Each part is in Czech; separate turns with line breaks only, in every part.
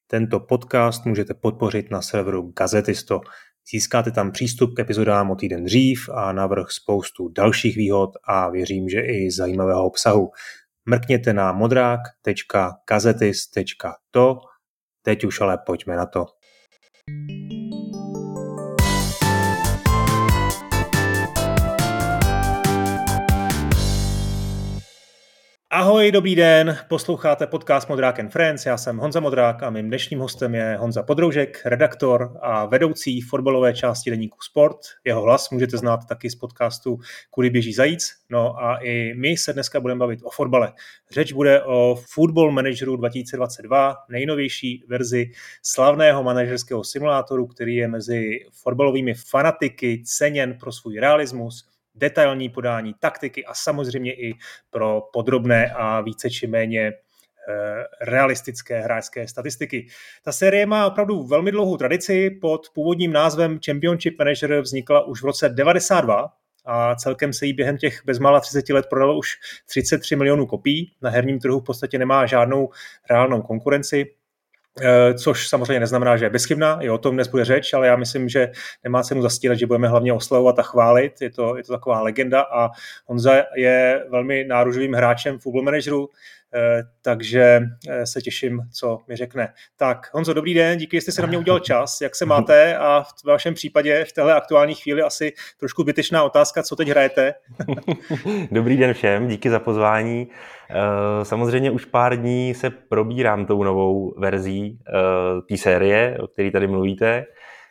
Tento podcast můžete podpořit na serveru Gazetisto. Získáte tam přístup k epizodám o týden dřív a navrch spoustu dalších výhod a věřím, že i zajímavého obsahu. Mrkněte na modrák.gazetis.to. Teď už ale pojďme na to. Ahoj, dobrý den, posloucháte podcast Modrák & Friends, já jsem Honza Modrák a mým dnešním hostem je Honza Podroužek, redaktor a vedoucí fotbalové části deníku Sport. Jeho hlas můžete znát taky z podcastu Kudy běží zajíc. No a i my se dneska budeme bavit o fotbale. Řeč bude o Football Manageru 2022, nejnovější verzi slavného manažerského simulátoru, který je mezi fotbalovými fanatiky ceněn pro svůj realismus, detailní podání taktiky a samozřejmě i pro podrobné a více či méně realistické hráčské statistiky. Ta série má opravdu velmi dlouhou tradici. Pod původním názvem Championship Manager vznikla už v roce 1992 a celkem se jí během těch bezmála 30 let prodalo už 33 milionů kopií. Na herním trhu v podstatě nemá žádnou reálnou konkurenci, což samozřejmě neznamená, že je bezchybná, i o tom dnes bude řeč, ale já myslím, že nemá cenu zastírat, že budeme hlavně oslavovat a chválit, je to taková legenda a Honza je velmi náruživým hráčem Football Manageru, takže se těším, co mi řekne. Tak Honzo, dobrý den, díky, že jste si na mě udělal čas, jak se máte a v vašem případě v téhle aktuální chvíli asi trošku zbytečná otázka, co teď hrajete?
Dobrý den všem, díky za pozvání. Samozřejmě už pár dní se probírám tou novou verzí té série, o které tady mluvíte.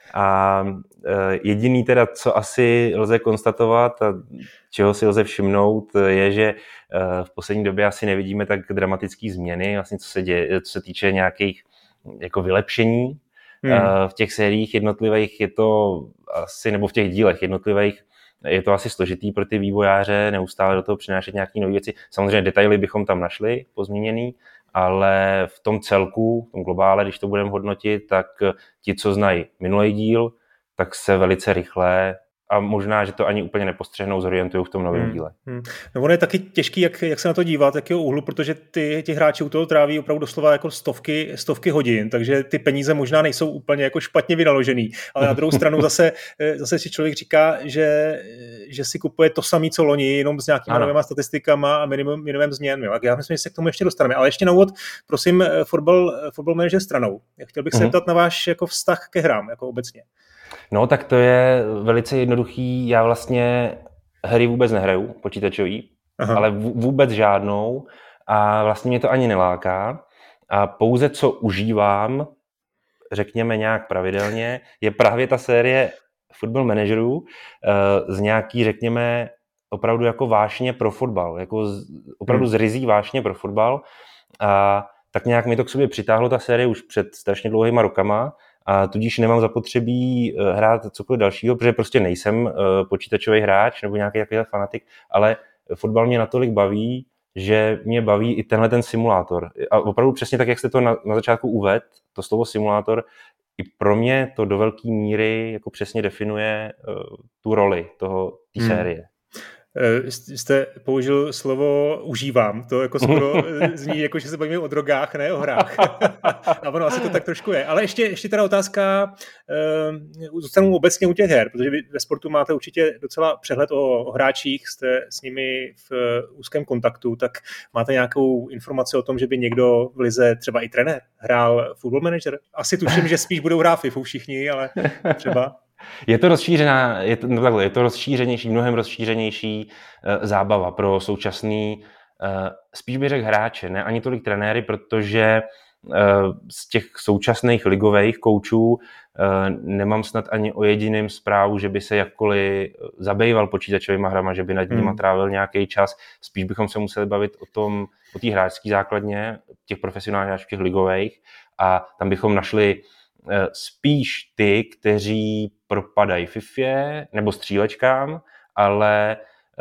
A jediný teda, co asi lze konstatovat a čeho si lze všimnout, je, že v poslední době asi nevidíme tak dramatické změny, vlastně co se děje, co se týče nějakých jako vylepšení. V těch sériích jednotlivých je to asi, nebo v těch dílech jednotlivých je to asi složitý pro ty vývojáře neustále do toho přinášet nějaké nové věci. Samozřejmě detaily bychom tam našli pozměněný, ale v tom celku, v tom globále, když to budeme hodnotit, tak ti, co znají minulý díl, tak se velice rychle a možná, že to ani úplně nepostřehnou, zorientují v tom novém díle.
No ono je taky těžký, jak se na to dívat, jakého úhlu, protože ti hráči u toho tráví opravdu doslova jako stovky hodin, takže ty peníze možná nejsou úplně jako špatně vynaložený, ale na druhou stranu zase si člověk říká, že si kupuje to samé, co loni, jenom s nějakými novými statistikama a minimem změn. Jo. Já myslím, že se k tomu ještě dostaneme. Ale ještě na úvod, prosím, Football Manager stranou. Chtěl bych se zeptat na váš jako vztah ke hrám, jako obecně.
No, tak to je velice jednoduchý. Já vlastně hry vůbec nehraju, počítačový, ale vůbec žádnou a vlastně mě to ani neláká. A pouze co užívám, řekněme nějak pravidelně, je právě ta série Football Managerů z nějaký, řekněme, opravdu jako vášně pro fotbal, jako opravdu z ryzí vášně pro fotbal. A tak nějak mi to k sobě přitáhlo ta série už před strašně dlouhýma rokama. A tudíž nemám zapotřebí hrát cokoliv dalšího, protože prostě nejsem počítačový hráč nebo nějaký takový fanatik, ale fotbal mě natolik baví, že mě baví i tenhle ten simulátor. A opravdu přesně tak, jak jste to na začátku uvedl, to slovo simulátor, i pro mě to do velké míry jako přesně definuje tu roli té série.
Jste použil slovo užívám, to jako skoro zní, jako že se bavíme o drogách, ne o hrách. A ono asi to tak trošku je. Ale ještě teda otázka, zůstanu obecně u těch her, protože vy ve sportu máte určitě docela přehled o hráčích, jste s nimi v úzkém kontaktu, tak máte nějakou informaci o tom, že by někdo v lize, třeba i trenér, hrál Football Manager? Asi tuším, že spíš budou hrát FIFU všichni, ale třeba...
Je to rozšířenější, mnohem rozšířenější zábava pro současný, spíš bych řekl hráče, ne ani tolik trenéry, protože z těch současných ligových koučů nemám snad ani o jediném zprávu, že by se jakkoliv zabýval počítačovýma hrama, že by nad nima trávil nějaký čas. Spíš bychom se museli bavit o té hráčské základně, těch profesionálních hráčů, těch ligových, a tam bychom našli spíš ty, kteří propadají fifě nebo střílečkám, ale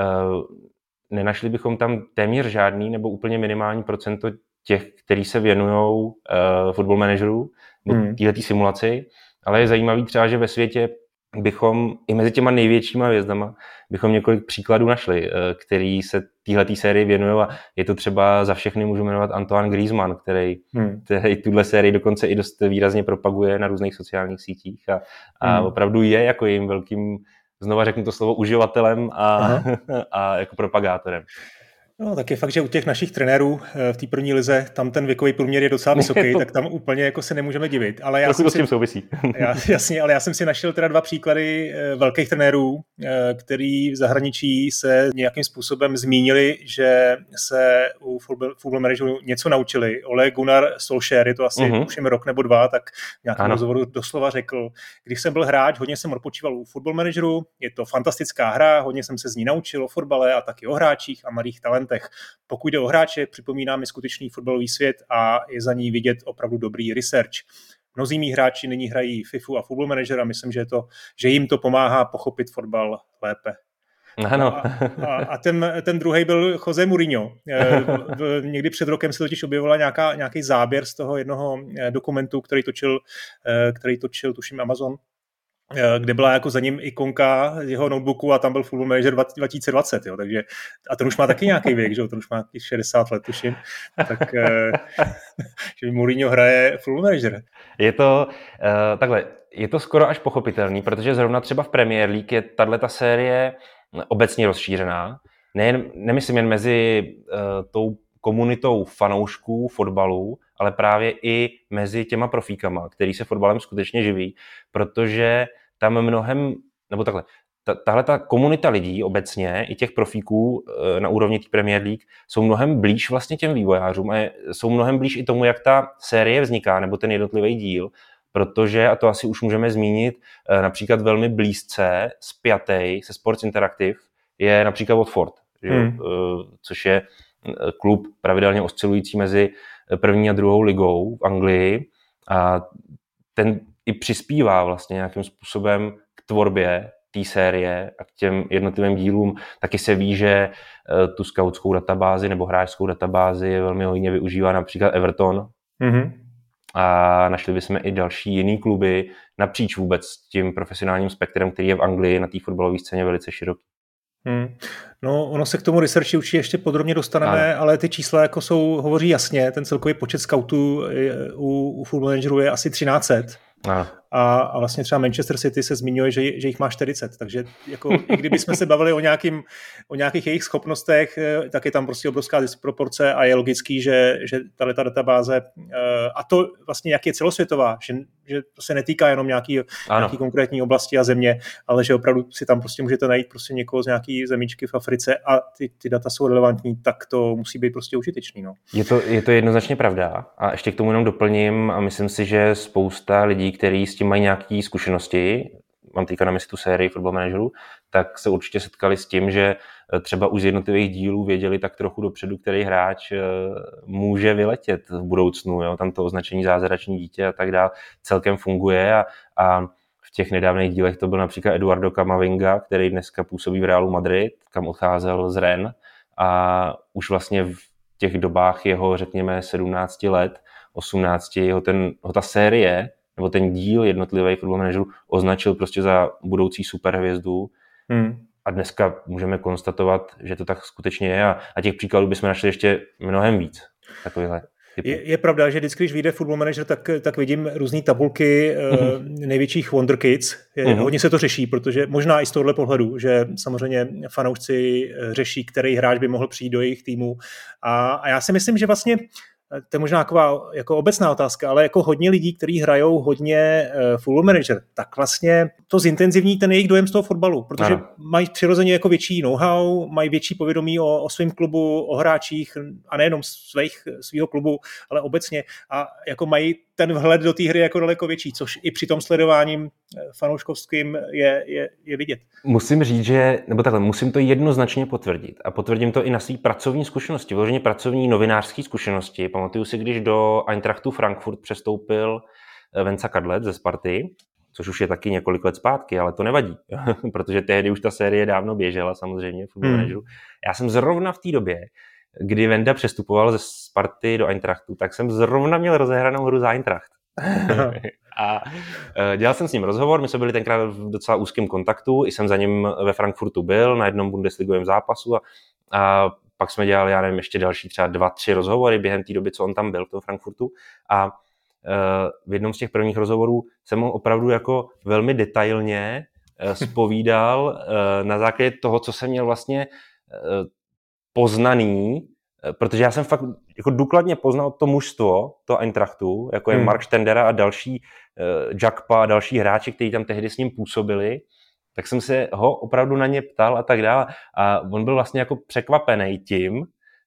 nenašli bychom tam téměř žádný nebo úplně minimální procento těch, kteří se věnují Football Manageru, této simulaci, ale je zajímavý třeba, že ve světě bychom i mezi těma největšíma hvězdama bychom několik příkladů našli, který se téhletý sérii věnují a je to třeba za všechny můžu jmenovat Antoine Griezmann, který tuhle sérii dokonce i dost výrazně propaguje na různých sociálních sítích a opravdu je jako jejím velkým, znova řeknu to slovo, uživatelem a jako propagátorem.
No, tak je fakt, že u těch našich trenérů v té první lize tam ten věkový průměr je docela vysoký, tak tam úplně jako se nemůžeme divit. Ale já
to s tím souvisí.
Jasně, ale já jsem si našel teda 2 příklady velkých trenérů, který v zahraničí se nějakým způsobem zmínili, že se u Football Manageru něco naučili. Ole Gunnar Solskjaer, je to asi už rok nebo 2, tak v nějakém rozhovoru doslova řekl, když jsem byl hráč, hodně jsem odpočíval u Football Manageru, je to fantastická hra, hodně jsem se z ní naučil o fotbale a taky o hráčích a mladých talentech. Pokud jde o hráče, připomíná mi skutečný fotbalový svět a je za ní vidět opravdu dobrý research. Mnozí mý hráči nyní hrají FIFU a Football Manager a myslím, že jim to pomáhá pochopit fotbal lépe.
Ano.
A ten druhý byl Jose Mourinho. Někdy před rokem se totiž objevovala nějaký záběr z toho jednoho dokumentu, který točil tuším Amazon, kde byla jako za ním ikonka jeho notebooku a tam byl Football Manager 2020, jo, takže a ten už má taky nějaký věk, že jo, ten už má 60 let, tuším, tak že Mourinho hraje Football Manager.
Je to takhle, je to skoro až pochopitelný, protože zrovna třeba v Premier League je tato série obecně rozšířená, nemyslím jen mezi tou komunitou fanoušků fotbalu, ale právě i mezi těma profíkama, který se fotbalem skutečně živí, protože tam mnohem, nebo takhle, tahle ta komunita lidí obecně, i těch profíků na úrovni té Premier League, jsou mnohem blíž vlastně těm vývojářům a jsou mnohem blíž i tomu, jak ta série vzniká, nebo ten jednotlivý díl, protože, a to asi už můžeme zmínit, například velmi blízce spjatej se Sports Interactive je například Watford, což je klub pravidelně oscilující mezi první a druhou ligou v Anglii a ten i přispívá vlastně nějakým způsobem k tvorbě té série a k těm jednotlivým dílům. Taky se ví, že tu skautskou databázi nebo hráčskou databázi velmi hodně využívá například Everton. A našli bychom i další jiný kluby napříč vůbec tím profesionálním spektrem, který je v Anglii na té fotbalové scéně velice široký.
No, ono se k tomu researchi určitě ještě podrobně dostaneme, ale ty čísla jako hovoří jasně, ten celkový počet scoutů u Football Manageru je asi 1300. A vlastně třeba Manchester City se zmiňuje, že jich má 40, takže jako, i kdybychom se bavili o nějakých jejich schopnostech, tak je tam prostě obrovská disproporce a je logický, že ta databáze, a to vlastně jak je celosvětová, že to se netýká jenom nějaký konkrétní oblasti a země, ale že opravdu si tam prostě můžete najít prostě někoho z nějaký zemíčky v Africe a ty data jsou relevantní, tak to musí být prostě užitečný. No.
Je to jednoznačně pravda a ještě k tomu jenom doplním a myslím si, že spousta lidí, kteří s tím mají nějaké zkušenosti, mám teďka na mysli tu sérii Football Manageru, tak se určitě setkali s tím, že třeba už z jednotlivých dílů věděli tak trochu dopředu, který hráč může vyletět v budoucnu. Jo? Tam to označení zázrační dítě a tak dále celkem funguje a v těch nedávných dílech to byl například Eduardo Camavinga, který dneska působí v Realu Madrid, kam odcházel z Rennes a už vlastně v těch dobách jeho, řekněme, 17 let, 18, ta série nebo ten díl jednotlivý Football Manageru označil prostě za budoucí superhvězdu. A dneska můžeme konstatovat, že to tak skutečně je a těch příkladů bychom našli ještě mnohem víc. Takovýhle.
Je pravda, že vždycky, když vyjde Football Manager, tak vidím různý tabulky největších Wonder Kids. Hodně se to řeší, protože možná i z tohohle pohledu, že samozřejmě fanoušci řeší, který hráč by mohl přijít do jejich týmu. A já si myslím, že vlastně to je možná taková jako obecná otázka, ale jako hodně lidí, kteří hrajou hodně Football Manager, tak vlastně to zintenzivní ten jejich dojem z toho fotbalu, protože mají přirozeně jako větší know-how, mají větší povědomí o svém klubu, o hráčích a nejenom svého klubu, ale obecně a jako mají ten vhled do té hry jako daleko větší, což i při tom sledováním fanouškovským je vidět.
Musím říct, musím to jednoznačně potvrdit a potvrdím to i na své pracovní zkušenosti, vyloženě pracovní novinářské zkušenosti. Pamatuju si, když do Eintrachtu Frankfurt přestoupil Venca Kadlec ze Sparty, což už je taky několik let zpátky, ale to nevadí, protože tehdy už ta série dávno běžela samozřejmě v Football Manageru. Já jsem zrovna v té době, kdy Venda přestupoval ze Sparty do Eintrachtu, tak jsem zrovna měl rozehranou hru za Eintracht. A dělal jsem s ním rozhovor, my jsme byli tenkrát v docela úzkém kontaktu, i jsem za ním ve Frankfurtu byl na jednom bundesligovém zápasu a pak jsme dělali, já nevím, ještě další třeba 2-3 rozhovory během té doby, co on tam byl v tom Frankfurtu a v jednom z těch prvních rozhovorů jsem mu opravdu jako velmi detailně zpovídal na základě toho, co jsem měl vlastně poznaný, protože já jsem fakt jako důkladně poznal to mužstvo, to Eintrachtu, jako je Mark Stendera a další Jackpa a další hráči, kteří tam tehdy s ním působili, tak jsem se ho opravdu na ně ptal a tak dále. A on byl vlastně jako překvapený tím,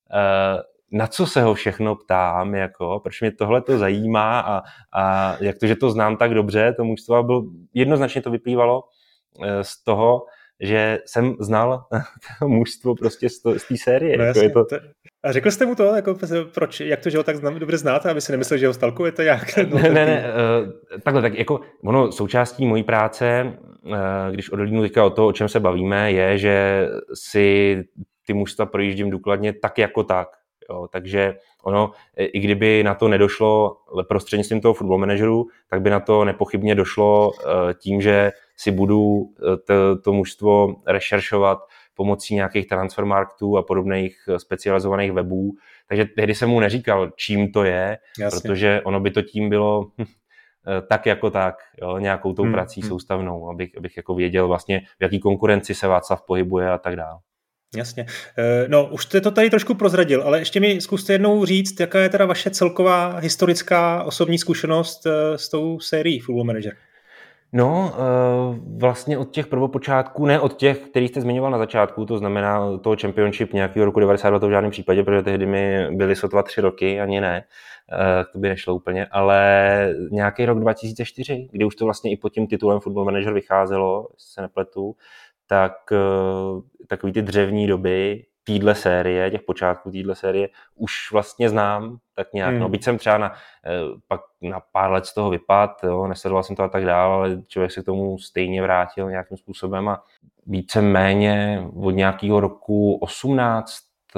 na co se ho všechno ptám, jako, proč mě tohle to zajímá a jak to, že to znám tak dobře, to mužstvo jednoznačně to vyplývalo z toho, že jsem znal mužstvo prostě z té série.
No,
jako je to...
A řekl jste mu to, jako, proč, jak to, že ho tak dobře znáte, aby si nemyslel, že ho stalkujete nějak?
Ne, takhle, tak jako ono součástí mojí práce, když odhlídnu teďka o to, o čem se bavíme, je, že si ty mužstva projíždím důkladně tak jako tak. Jo, takže ono, i kdyby na to nedošlo prostřednictvím toho football manageru, tak by na to nepochybně došlo tím, že si budu to mužstvo rešeršovat pomocí nějakých transfermarktů a podobných specializovaných webů. Takže tehdy jsem mu neříkal, čím to je, Jasně. Protože ono by to tím bylo tak jako tak, jo, nějakou tou prací soustavnou, abych jako věděl vlastně, v jaký konkurenci se Václav pohybuje a tak dále.
Jasně. No, už jste to tady trošku prozradil, ale ještě mi zkuste jednou říct, jaká je teda vaše celková historická osobní zkušenost s tou sérií Football Manager?
No, vlastně od těch prvopočátků, ne od těch, který jste zmiňoval na začátku, to znamená toho Championship nějakého roku 92 to v žádném případě, protože tehdy mi byly sotva 3 roky, ani ne, to by nešlo úplně, ale nějaký rok 2004, kdy už to vlastně i pod tím titulem Football Manager vycházelo, jestli se nepletu, tak takový ty dřevní doby téhle série, těch počátků téhle série už vlastně znám tak nějak. No, byť jsem třeba pak na pár let z toho vypadl, nesledoval jsem to a tak dále, ale člověk se k tomu stejně vrátil nějakým způsobem a víceméně od nějakého roku 18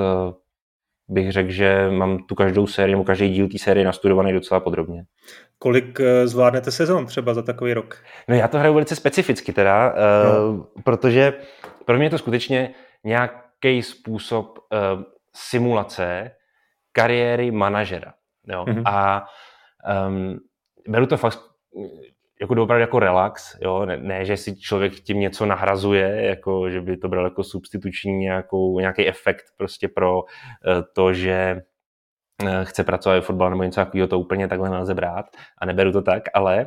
bych řekl, že mám tu každou sérii nebo každý díl té série nastudovaný docela podrobně.
Kolik zvládnete sezon třeba za takový rok?
No já to hraju velice specificky teda, protože pro mě je to skutečně nějaký způsob simulace kariéry manažera. Jo? A beru to fakt jako opravdu jako relax, jo? Ne, že si člověk tím něco nahrazuje, jako že by to bral jako substituční nějaký efekt prostě pro to, že chce pracovat ve fotbale nebo něco takového, to úplně takhle nelze brát a neberu to tak, ale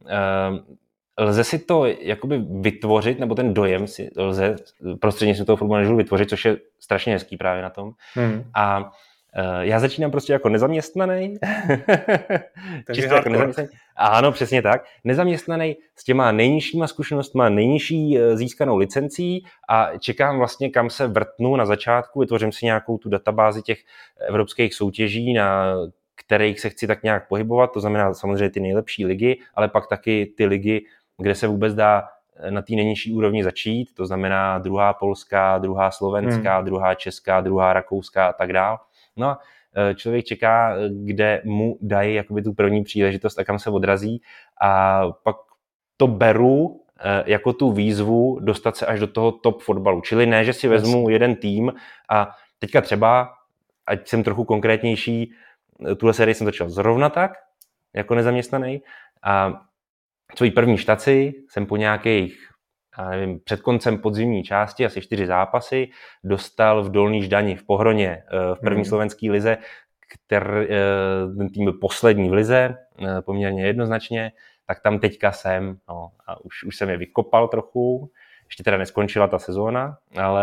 lze si to jakoby vytvořit, nebo ten dojem si lze prostřednictvím toho football manageru vytvořit, což je strašně hezký právě na tom. A já začínám prostě jako nezaměstnaný. Čistě jako nezaměstnaný. Ano, přesně tak. Nezaměstnaný s těma nejnižšíma zkušenostma, nejnižší získanou licencí a čekám vlastně, kam se vrtnu na začátku. Vytvořím si nějakou tu databázi těch evropských soutěží, na kterých se chci tak nějak pohybovat. To znamená samozřejmě ty nejlepší ligy, ale pak taky ty ligy, kde se vůbec dá na té nejnižší úrovni začít. To znamená druhá polská, druhá slovenská, druhá česká, druhá rakouská a tak dále. No a člověk čeká, kde mu dají jakoby tu první příležitost a kam se odrazí a pak to beru jako tu výzvu dostat se až do toho top fotbalu. Čili ne, že si vezmu jeden tým a teďka třeba, ať jsem trochu konkrétnější, tuhle sérii jsem začal zrovna tak, jako nezaměstnaný a svojí první štaci jsem po nějakých, já nevím, před koncem podzimní části, asi 4 zápasy, dostal v Dolní Ždani v Pohroně v první slovenské lize, ten tým byl poslední v lize, poměrně jednoznačně, tak tam teďka jsem, no, a už jsem je vykopal trochu, ještě teda neskončila ta sezóna,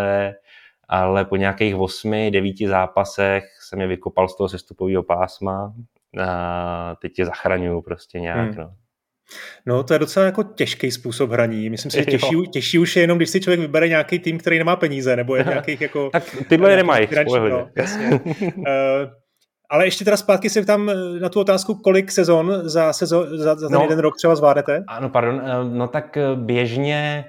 ale po nějakých 8-9 zápasech jsem je vykopal z toho sestupového pásma a teď je zachraňuju prostě nějak, no.
No, to je docela jako těžký způsob hraní. Myslím si, že těžší už je jenom, když si člověk vybere nějaký tým, který nemá peníze, nebo je nějakých jako...
Tak tyhle nemají.
No, jasně. Ale ještě teda zpátky se tam na tu otázku, kolik sezon za ten jeden rok třeba zvládnete?
Ano, pardon. No tak běžně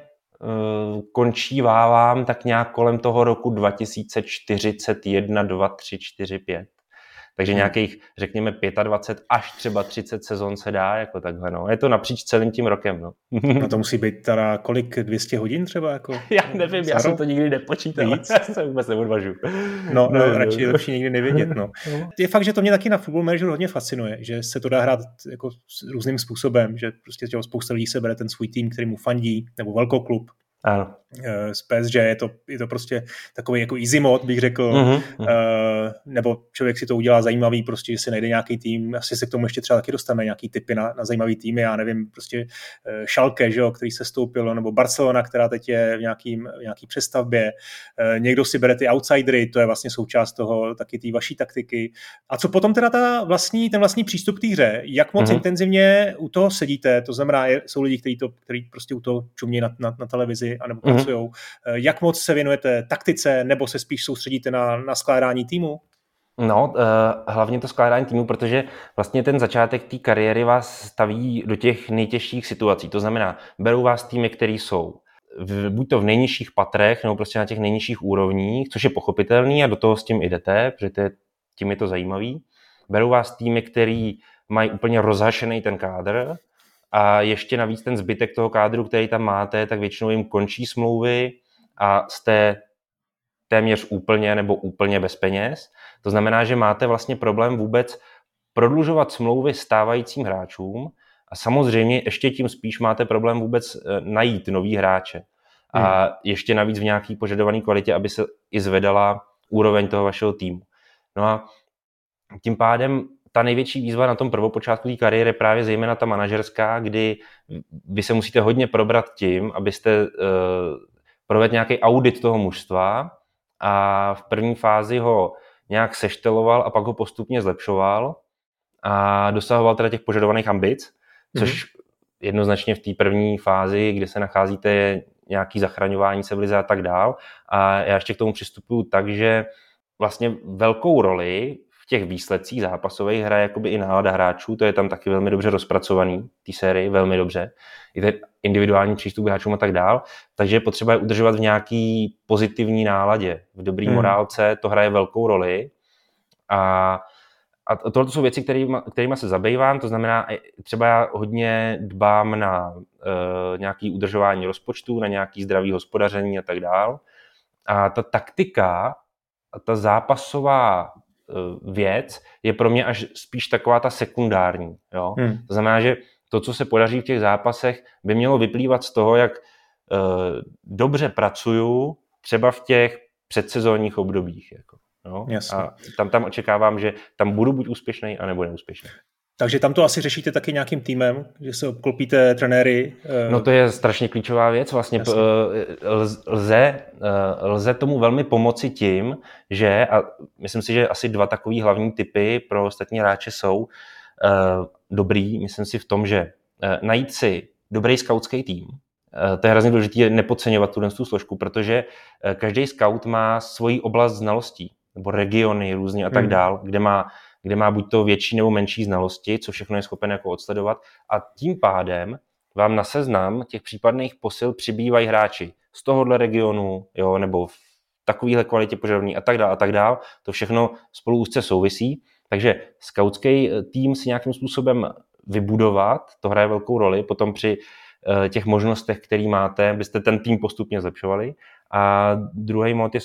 končívávám tak nějak kolem toho roku 2041, 2, 3, 4, 5. Takže nějakých, řekněme, 25 až třeba 30 sezon se dá jako takhle, no. Je to napříč celým tím rokem, no.
No to musí být teda kolik, 200 hodin třeba? Jako,
já nevím, já jsem to nikdy nepočítal.
Víc?
Já se vůbec neodvažu.
No, radši je lepší nikdy nevědět, no. Je fakt, že to mě taky na Football Manageru hodně fascinuje, že se to dá hrát jako různým způsobem, že prostě spousta lidí se bere ten svůj tým, který mu fandí, nebo velkoklub.
Ano.
Z PSG je to prostě takový jako easy mod, bych řekl, nebo člověk si to udělá zajímavý, prostě, že si najde nějaký tým, asi se k tomu ještě třeba taky dostaneme, nějaký tipy na zajímavý týmy, já nevím, prostě Schalke, že jo, který se stoupil, nebo Barcelona, která teď je v nějaký přestavbě, někdo si bere ty outsidery, to je vlastně součást toho, taky té vaší taktiky. A co potom teda ten vlastní přístup k té hře, jak moc intenzivně u toho sedíte, to znamená, jsou lidi, kteří prostě u toho čumějí na televizi, anebo pracujou. Jak moc se věnujete taktice, nebo se spíš soustředíte na skládání týmu?
No, hlavně to skládání týmu, protože vlastně ten začátek té kariéry vás staví do těch nejtěžších situací. To znamená, berou vás týmy, které jsou buď to v nejnižších patrech, nebo prostě na těch nejnižších úrovních, což je pochopitelný a do toho s tím jdete, protože tím je to zajímavý. Berou vás týmy, který mají úplně rozhašený ten kádr, a ještě navíc ten zbytek toho kádru, který tam máte, tak většinou jim končí smlouvy a jste téměř úplně nebo úplně bez peněz. To znamená, že máte vlastně problém vůbec prodlužovat smlouvy stávajícím hráčům a samozřejmě ještě tím spíš máte problém vůbec najít nový hráče. A ještě navíc v nějaký požadované kvalitě, aby se i zvedala úroveň toho vašeho týmu. No a tím pádem ta největší výzva na tom prvopočátku té kariéry je právě zejména ta manažerská, kdy vy se musíte hodně probrat tím, abyste provedl nějaký audit toho mužstva a v první fázi ho nějak sešteloval a pak ho postupně zlepšoval a dosahoval teda těch požadovaných ambic, což jednoznačně v té první fázi, kde se nacházíte, je nějaký zachraňování civilizace a tak dál. A já ještě k tomu přistupuju tak, že vlastně velkou roli v těch výsledcích zápasových hraje jakoby i nálada hráčů, to je tam taky velmi dobře rozpracovaný, té sérii, velmi dobře. I ten individuální přístup k hráčům a tak dál. Takže je potřeba je udržovat v nějaký pozitivní náladě. V dobrý morálce to hraje velkou roli. A tohle jsou věci, kterými se zabývám, to znamená, třeba já hodně dbám na nějaké udržování rozpočtu, na nějaké zdravé hospodaření a tak dál. A ta taktika, ta zápasová věc je pro mě až spíš taková ta sekundární. Jo? To znamená, že to, co se podaří v těch zápasech, by mělo vyplývat z toho, jak dobře pracuju třeba v těch předsezónních obdobích. Jako, no? A tam očekávám, že tam budu buď úspěšný, anebo neúspěšný.
Takže tam to asi řešíte taky nějakým týmem, že se obklopíte trenéry?
No to je strašně klíčová věc. Vlastně lze tomu velmi pomoci tím, že, a myslím si, že asi 2 takový hlavní typy pro ostatní hráče jsou dobrý, myslím si v tom, že najít si dobrý skautský tým. To je hrozně důležité nepodceňovat tu složku, protože každý scout má svoji oblast znalostí, nebo regiony různě a tak dál, kde má buď to větší nebo menší znalosti, co všechno je schopen jako odsledovat. A tím pádem vám na seznam těch případných posil přibývají hráči z tohohle regionu, jo, nebo v takovéhle kvalitě požadavní a tak dál. To všechno spolu úzce souvisí. Takže skautský tým si nějakým způsobem vybudovat, to hraje velkou roli. Potom při těch možnostech, které máte, byste ten tým postupně zlepšovali. A druhý mod je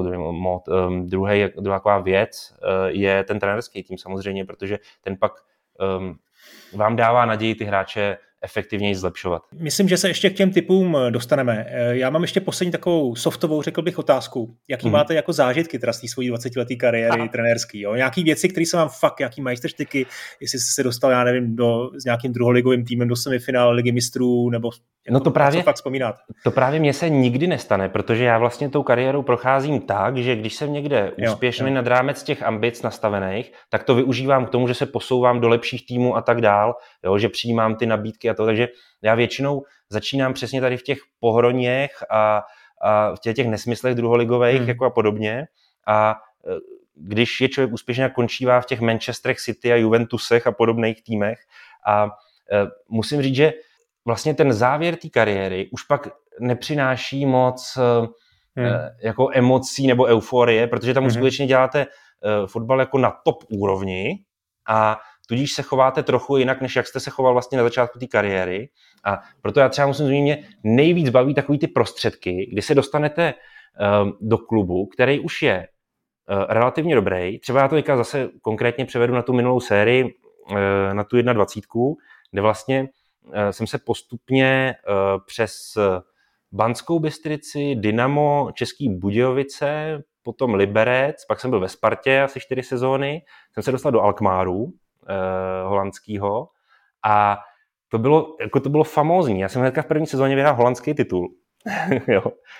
druhá taková věc je ten trenérský tým samozřejmě, protože ten pak vám dává naději ty hráče efektivněji zlepšovat.
Myslím, že se ještě k těm typům dostaneme. Já mám ještě poslední takovou softovou, řekl bych, otázku. Jaký máte jako zážitky teda z té svojí 20letý kariéry trenérský? Jo? Nějaký věci, které se vám fakt, jaký majstrštyky, jestli jste se dostal, já nevím, s nějakým druholigovým týmem do semifinále Ligy mistrů, nebo
no to právě,
co fakt vzpomínat?
To právě mně se nikdy nestane, protože já vlastně tou kariérou procházím tak, že když jsem někde úspěšný nad rámec těch ambic nastavených, tak to využívám k tomu, že se posouvám do lepších týmů a tak dál, jo, že přijímám ty nabídky a to, takže já většinou začínám přesně tady v těch pohroněch a v těch nesmyslech druholigových jako a podobně a když je člověk úspěšný a končívá v těch Manchesterech City a Juventusech a podobných týmech a musím říct, že vlastně ten závěr té kariéry už pak nepřináší moc jako emocí nebo euforie, protože tam skutečně děláte fotbal jako na top úrovni a tudíž se chováte trochu jinak, než jak jste se choval vlastně na začátku té kariéry. A proto já třeba musím zmínit, mě nejvíc baví takový ty prostředky, kdy se dostanete do klubu, který už je relativně dobrý. Třeba já to teďka zase konkrétně převedu na tu minulou sérii, na tu 21, kde vlastně jsem se postupně přes Banskou Bystrici, Dynamo, Český Budějovice, potom Liberec, pak jsem byl ve Spartě asi 4 sezóny, jsem se dostal do Alkmaru holandského a to bylo famózní. Já jsem hnedka v první sezóně vyhrál holandský titul. Jo.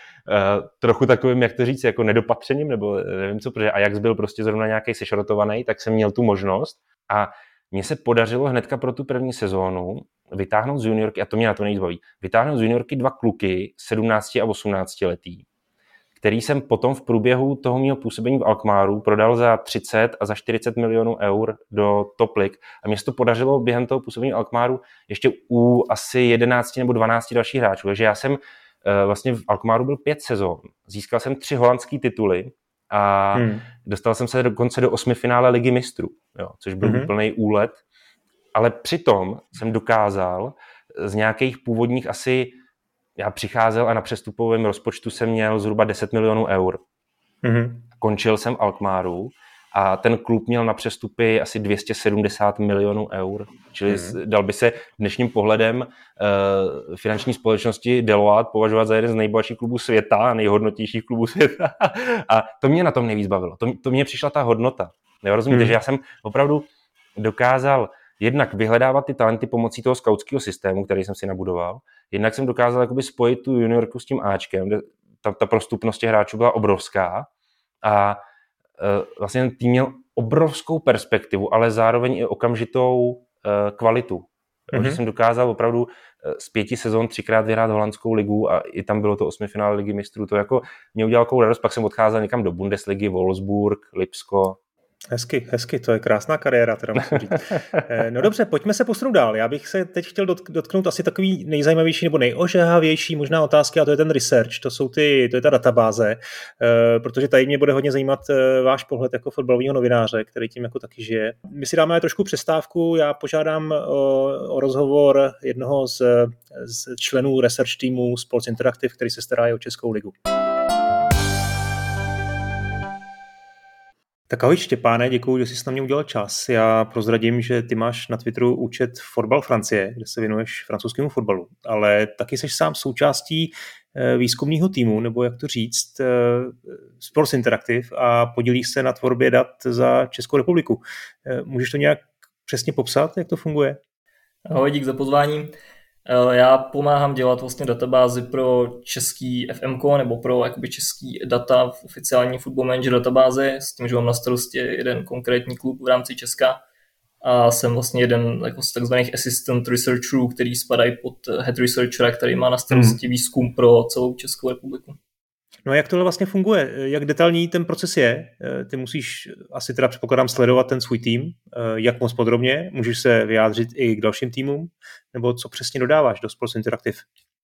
Trochu takovým, jak to říct, jako nedopatřením, nebo nevím co, protože Ajax byl prostě zrovna nějaký sešrotovaný, tak jsem měl tu možnost a mně se podařilo hnedka pro tu první sezónu vytáhnout z juniorky, a to mě na to nejvíc baví, vytáhnout z juniorky 2 kluky 17 a 18 letý, který jsem potom v průběhu toho mého působení v Alkmaru prodal za 30 a za 40 milionů eur do Top League. A mně se to podařilo během toho působení v Alkmaru ještě u asi 11 nebo 12 dalších hráčů. Takže já jsem vlastně v Alkmaru byl 5 sezón. Získal jsem 3 holandský tituly a dostal jsem se dokonce do 8. finále Ligy mistrů, jo, což byl úplný úlet. Ale přitom jsem dokázal z nějakých původních asi, já přicházel a na přestupovém rozpočtu jsem měl zhruba 10 milionů eur. Končil jsem v Alkmaru a ten klub měl na přestupy asi 270 milionů eur. Čili dal by se dnešním pohledem finanční společnosti Deloitte považovat za jeden z nejbohatších klubů světa, nejhodnotějších klubů světa. A to mě na tom nejvíc bavilo. To mě přišla ta hodnota. Rozumíte, že já jsem opravdu dokázal jednak vyhledávat ty talenty pomocí toho skautského systému, který jsem si nabudoval. Jednak jsem dokázal jakoby spojit tu juniorku s tím Ačkem, kde ta prostupnost těch hráčů byla obrovská a vlastně ten tým měl obrovskou perspektivu, ale zároveň i okamžitou kvalitu. Že jsem dokázal opravdu z 5 sezon 3krát vyhrát holandskou ligu a i tam bylo to 8. finále Ligy mistrů. To jako mě udělalo takovou radost, pak jsem odcházel někam do Bundesligy, Wolfsburg, Lipsko.
Hezky, to je krásná kariéra, teda musím říct. No dobře, pojďme se posunout dál. Já bych se teď chtěl dotknout asi takový nejzajímavější nebo nejožehavější možná otázky, a to je ten research, to je ta databáze, protože tady mě bude hodně zajímat váš pohled jako fotbalového novináře, který tím jako taky žije. My si dáme trošku přestávku, já požádám o rozhovor jednoho z členů research týmu Sports Interactive, který se stará o Českou ligu. Tak ahoj Štěpáne, děkuji, že jsi na mě udělal čas. Já prozradím, že ty máš na Twitteru účet Fotbal Francie, kde se věnuješ francouzskému fotbalu, ale taky jsi sám součástí výzkumného týmu, nebo jak to říct, Sports Interactive a podílíš se na tvorbě dat za Českou republiku. Můžeš to nějak přesně popsat, jak to funguje?
Ahoj, dík za pozvání. Já pomáhám dělat vlastně databázi pro český FMko nebo pro jakoby český data v oficiální Football Manager databázi s tím, že mám na starosti jeden konkrétní klub v rámci Česka a jsem vlastně jeden jako z takzvaných assistant researcherů, který spadají pod head researchera, který má na starosti výzkum pro celou Českou republiku.
No a jak tohle vlastně funguje? Jak detailní ten proces je? Ty musíš asi teda předpokládám sledovat ten svůj tým, jak moc podrobně? Můžeš se vyjádřit i k dalším týmům? Nebo co přesně dodáváš do Sports Interactive?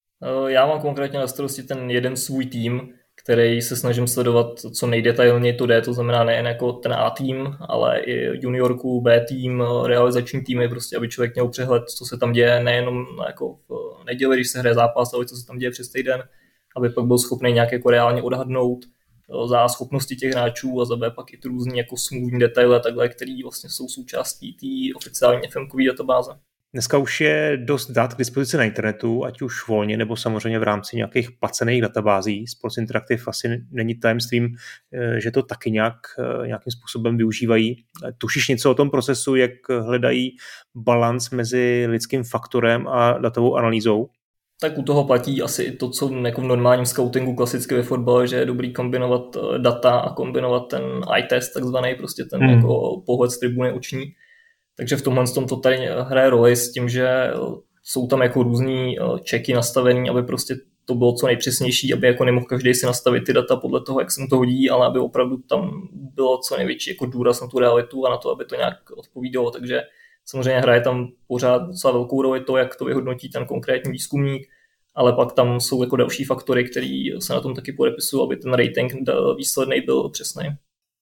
Já mám konkrétně na starosti ten jeden svůj tým, který se snažím sledovat co nejdetailněji to jde, to znamená nejen jako ten A tým, ale i juniorku, B tým, realizační týmy, prostě aby člověk měl přehled, co se tam děje, nejenom jako v neděli, když se hraje zápas, ale co se tam děje přes týden, aby pak byl schopný nějak jako reálně odhadnout za schopnosti těch hráčů a za B pak i ty různý jako smluvní detaily a takhle, který vlastně jsou součástí té oficiální FMkové databáze.
Dneska už je dost dat k dispozici na internetu, ať už volně, nebo samozřejmě v rámci nějakých placených databází. Sports Interactive asi není tajemstvím, že to taky nějakým způsobem využívají. Tušíš něco o tom procesu, jak hledají balans mezi lidským faktorem a datovou analýzou?
Tak u toho platí asi i to, co jako v normálním scoutingu klasicky ve fotbale, že je dobrý kombinovat data a kombinovat ten eye test, takzvaný prostě ten jako pohled z tribuny oční. Takže v tomhle to tady hraje roli s tím, že jsou tam jako různý checky nastavený, aby prostě to bylo co nejpřesnější, aby jako nemohl každý si nastavit ty data podle toho, jak se mu to hodí, ale aby opravdu tam bylo co největší jako důraz na tu realitu a na to, aby to nějak odpovídalo. Takže samozřejmě hraje tam pořád docela velkou roli to, jak to vyhodnotí ten konkrétní výzkumník, ale pak tam jsou jako další faktory, které se na tom taky podepisují, aby ten rating výsledný byl přesný.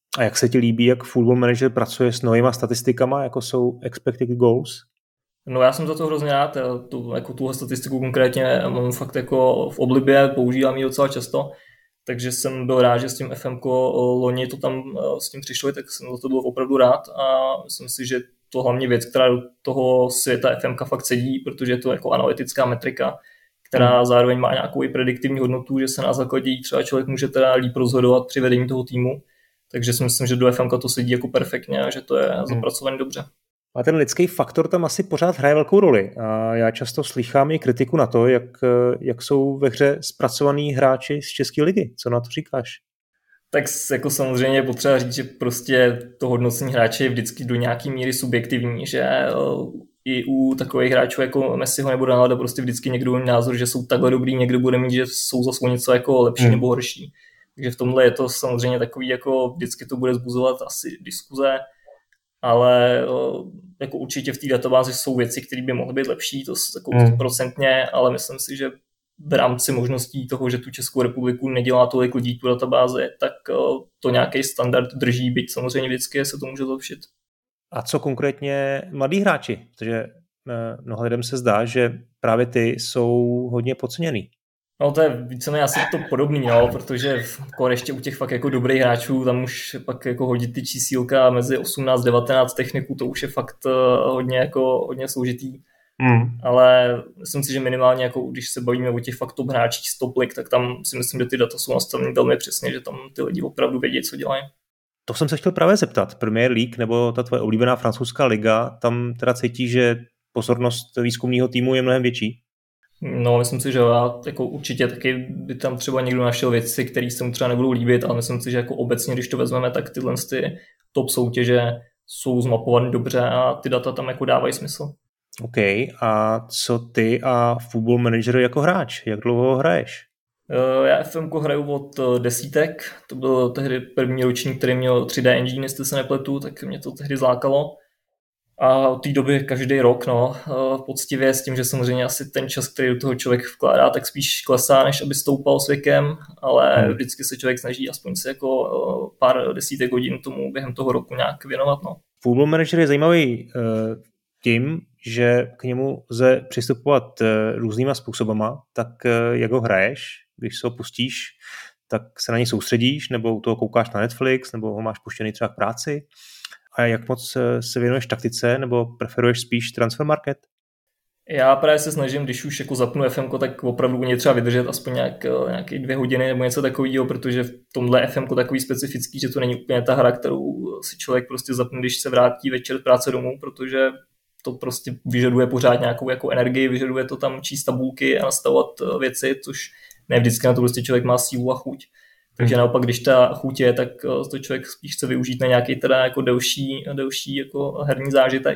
A jak se ti líbí, jak Football Manager pracuje s novýma statistikama, jako jsou expected goals?
No já jsem za to hrozně rád, jako tuhle statistiku konkrétně mám fakt jako v oblibě, používám ji docela často, takže jsem byl rád, že s tím FMko loni to tam s tím přišli, tak jsem za to byl opravdu rád a myslím si, že to hlavně věc, která do toho světa FMka fakt sedí, protože je to jako analytická metrika, která zároveň má nějakou i prediktivní hodnotu, že se na základě jí třeba člověk může teda líp rozhodovat při vedení toho týmu, takže si myslím, že do FMka to sedí jako perfektně a že to je zapracované dobře.
A ten lidský faktor tam asi pořád hraje velkou roli. A já často slýchám i kritiku na to, jak jsou ve hře zpracovaný hráči z České ligy. Co na to říkáš?
Tak jako samozřejmě je potřeba říct, že prostě to hodnocení hráče je vždycky do nějaký míry subjektivní, že i u takových hráčů jako Messiho nebo Ronaldo prostě vždycky někdo má názor, že jsou takhle dobrý, někdo bude mít, že jsou zase něco jako lepší nebo horší. Takže v tomhle je to samozřejmě takový, jako vždycky to bude vzbuzovat asi diskuze, ale jako určitě v té databázi jsou věci, které by mohly být lepší, to jako procentně, ale myslím si, že v rámci možností toho, že tu Českou republiku nedělá tolik lidí tu databázi, tak to nějaký standard drží, byť samozřejmě vždycky se to může zlepšit. A
co konkrétně mladí hráči? Protože mnoha lidem se zdá, že právě ty jsou hodně podceněný.
No to je víceméně asi to podobný, no, protože ještě u těch fakt jako dobrých hráčů, tam už pak jako hodit ty čísílka mezi 18-19 techniků, to už je fakt hodně složitý. Ale myslím si, že minimálně jako když se bavíme o těch fakt top hráčích z top lig, tak tam si myslím, že ty data jsou nastaveny velmi přesně, že tam ty lidi opravdu vědí, co dělají.
To jsem se chtěl právě zeptat. Premier League nebo ta tvoje oblíbená francouzská liga, tam teda cítí, že pozornost výzkumného týmu je mnohem větší?
No, myslím si, že já jako určitě taky by tam třeba někdo našel věci, které se mu třeba nebudou líbit, ale myslím si, že jako obecně, když to vezmeme, tak tyhle ty top soutěže jsou zmapované dobře a ty data tam jako dávají smysl.
OK, a co ty a Football Manager jako hráč? Jak dlouho hraješ?
Já FMko hraju od desítek, to byl tehdy první ročník, který měl 3D engine, jestli se nepletu, tak mě to tehdy zlákalo. A od té doby každý rok, poctivě s tím, že samozřejmě asi ten čas, který do toho člověk vkládá, tak spíš klesá, než aby stoupal s věkem, ale vždycky se člověk snaží aspoň se jako pár desítek hodin tomu během toho roku nějak věnovat. No.
Football Manager je zajímavý tím, že k němu lze přistupovat různýma způsobama, tak jak ho hraješ, když se ho pustíš, tak se na něj soustředíš, nebo u toho koukáš na Netflix, nebo ho máš puštěný třeba k práci. A jak moc se věnuješ taktice, nebo preferuješ spíš transfer market?
Já právě se snažím, když už jako zapnu FMko, tak opravdu u něj třeba vydržet aspoň nějaké 2 hodiny nebo něco takového, protože v tomhle FMko takový specifický, že to není úplně ta hra, kterou si člověk prostě zapne, když se vrátí večer z práce domů, protože to prostě vyžaduje pořád nějakou jako energii, vyžaduje to tam číst tabulky a nastavovat věci, což ne vždycky na to prostě člověk má sílu a chuť. Takže naopak, když ta chuť je, tak to člověk spíš chce využít na nějaký teda jako delší jako herní zážitek.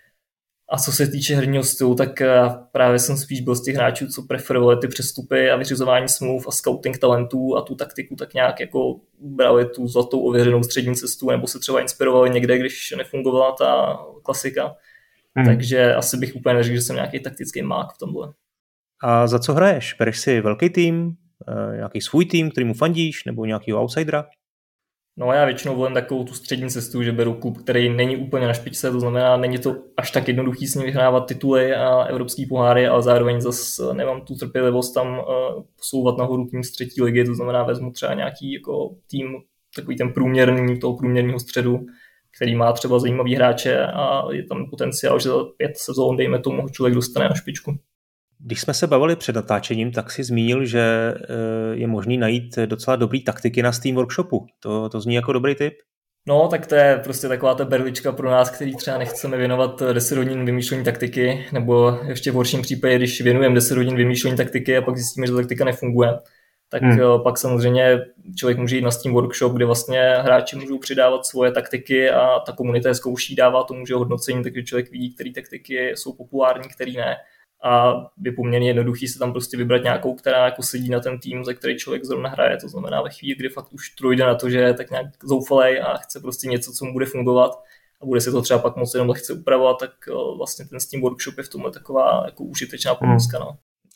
A co se týče herního stylu, tak právě jsem spíš byl z těch hráčů, co preferovali ty přestupy a vyřizování smluv a scouting talentů a tu taktiku tak nějak jako brali tu zlatou ověřenou střední cestu nebo se třeba inspirovali někde, když nefungovala ta klasika. Takže asi bych úplně neřekl, že jsem nějaký taktický mák v tomhle.
A za co hraješ? Bereš si velký tým, nějaký svůj tým, kterýmu fandíš, nebo nějakýho outsidera?
No já většinou volím takovou tu střední cestu, že beru klub, který není úplně na špičce, to znamená, není to až tak jednoduchý s ním vyhrávat tituly a evropský poháry, ale zároveň zase nemám tu trpělivost tam posouvat nahoru tým z 3. ligy, to znamená vezmu třeba nějaký jako tým, takový ten průměrný, toho průměrného středu, který má třeba zajímavý hráče a je tam potenciál, že za 5 sezón, dejme tomu, člověk dostane na špičku.
Když jsme se bavili před natáčením, tak si zmínil, že je možný najít docela dobrý taktiky na Steam Workshopu. To zní jako dobrý tip?
No, tak to je prostě taková ta berlička pro nás, který třeba nechceme věnovat 10 hodin vymýšlení taktiky, nebo ještě v horším případě, když věnujeme 10 hodin vymýšlení taktiky a pak zjistíme, že ta taktika nefunguje, tak pak samozřejmě člověk může jít na Steam Workshop, kde vlastně hráči můžou přidávat svoje taktiky a ta komunita je zkouší, dává tomu že hodnocení, takže člověk vidí, které taktiky jsou populární, které ne. A je poměrně jednoduchý se tam prostě vybrat nějakou, která jako sedí na ten tým, za který člověk zrovna hraje. To znamená ve chvíli, kdy fakt už to jde na to, že je tak nějak zoufalej a chce prostě něco, co mu bude fungovat a bude si to třeba pak moc jenom lehce upravovat, tak vlastně ten Steam Workshop je v tomhle taková jako užitečná pomůcka. No.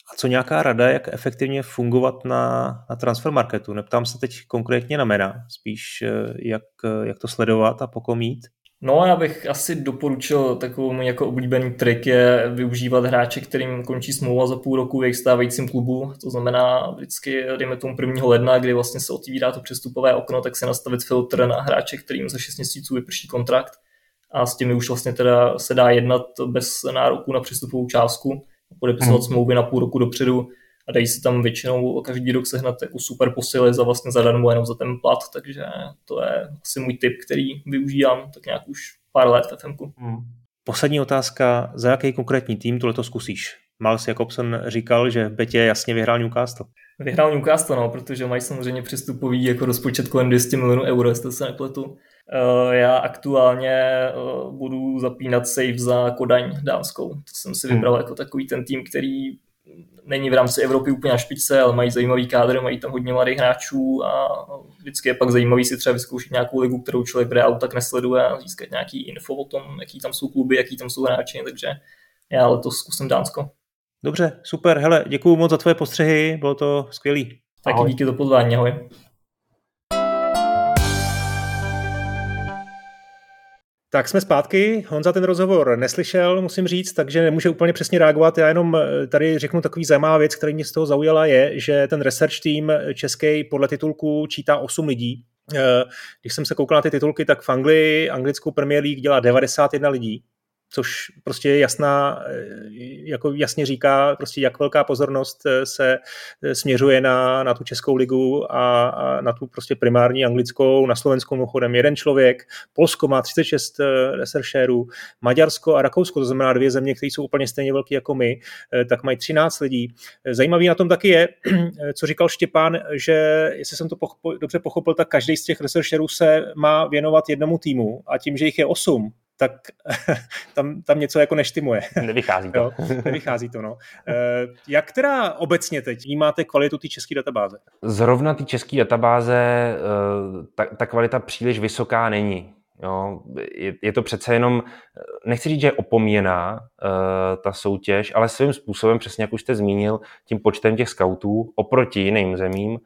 A co nějaká rada, jak efektivně fungovat na transfer marketu? Neptám se teď konkrétně na jména, spíš jak to sledovat a po kom jít?
No, já bych asi doporučil takovou můj jako oblíbený trik je využívat hráče, kterým končí smlouva za půl roku v jejich stávajícím klubu. To znamená vždycky, dejme tomu 1. ledna, kdy vlastně se otvírá to přestupové okno, tak se nastavit filtr na hráče, kterým za 6 měsíců vyprší kontrakt. A s těmi už vlastně teda se dá jednat bez nároku na přestupovou částku, podepisovat smlouvy na půl roku dopředu a dají se tam většinou každý rok sehnat jako super posily za vlastně zadarmo jenom za ten plat, takže to je asi můj tip, který využívám tak nějak už pár let v FMku.
Poslední otázka, za jaký konkrétní tým tohleto zkusíš? Miles Jakobsen říkal, že v Betě jasně vyhrál Newcastle.
Vyhrál Newcastle, no, protože mají samozřejmě přestupový jako rozpočet kolem 200 milionů euro, jestli se nepletu. Já aktuálně budu zapínat save za Kodaň dámskou. To jsem si vybral jako takový ten tým, který není v rámci Evropy úplně na špičce, ale mají zajímavý kádr, mají tam hodně mladých hráčů a vždycky je pak zajímavý si třeba vyzkoušet nějakou ligu, kterou člověk v reálu tak nesleduje a získat nějaký info o tom, jaký tam jsou kluby, jaký tam jsou hráči, takže já letos zkusím Dánsko.
Dobře, super, hele, děkuju moc za tvoje postřehy, bylo to skvělý.
Taky díky za pozvání, ahoj.
Tak jsme zpátky, Honza ten rozhovor neslyšel, musím říct, takže nemůže úplně přesně reagovat. Já jenom tady řeknu takový zajímavá věc, která mě z toho zaujala, je, že ten research tým český podle titulku čítá 8 lidí. Když jsem se koukal na ty titulky, tak v Anglii anglickou Premier League dělá 91 lidí, což prostě je jasná, jako jasně říká, prostě jak velká pozornost se směřuje na tu českou ligu a na tu prostě primární anglickou, na slovenskou mimochodem 1 člověk, Polsko má 36 researchérů, Maďarsko a Rakousko, to znamená 2 země, které jsou úplně stejně velké jako my, tak mají 13 lidí. Zajímavý na tom taky je, co říkal Štěpán, že jestli jsem to dobře pochopil, tak každý z těch researchérů se má věnovat jednomu týmu a tím, že jich je 8, tak tam něco jako neštimuje.
Nevychází to.
Jo, nevychází to, no. Jak teda obecně teď vnímáte kvalitu té české databáze?
Zrovna té české databáze ta kvalita příliš vysoká není. Jo. Je to přece jenom, nechci říct, že je opomíjená ta soutěž, ale svým způsobem, přesně jak už jste zmínil, tím počtem těch skautů oproti jiným zemím,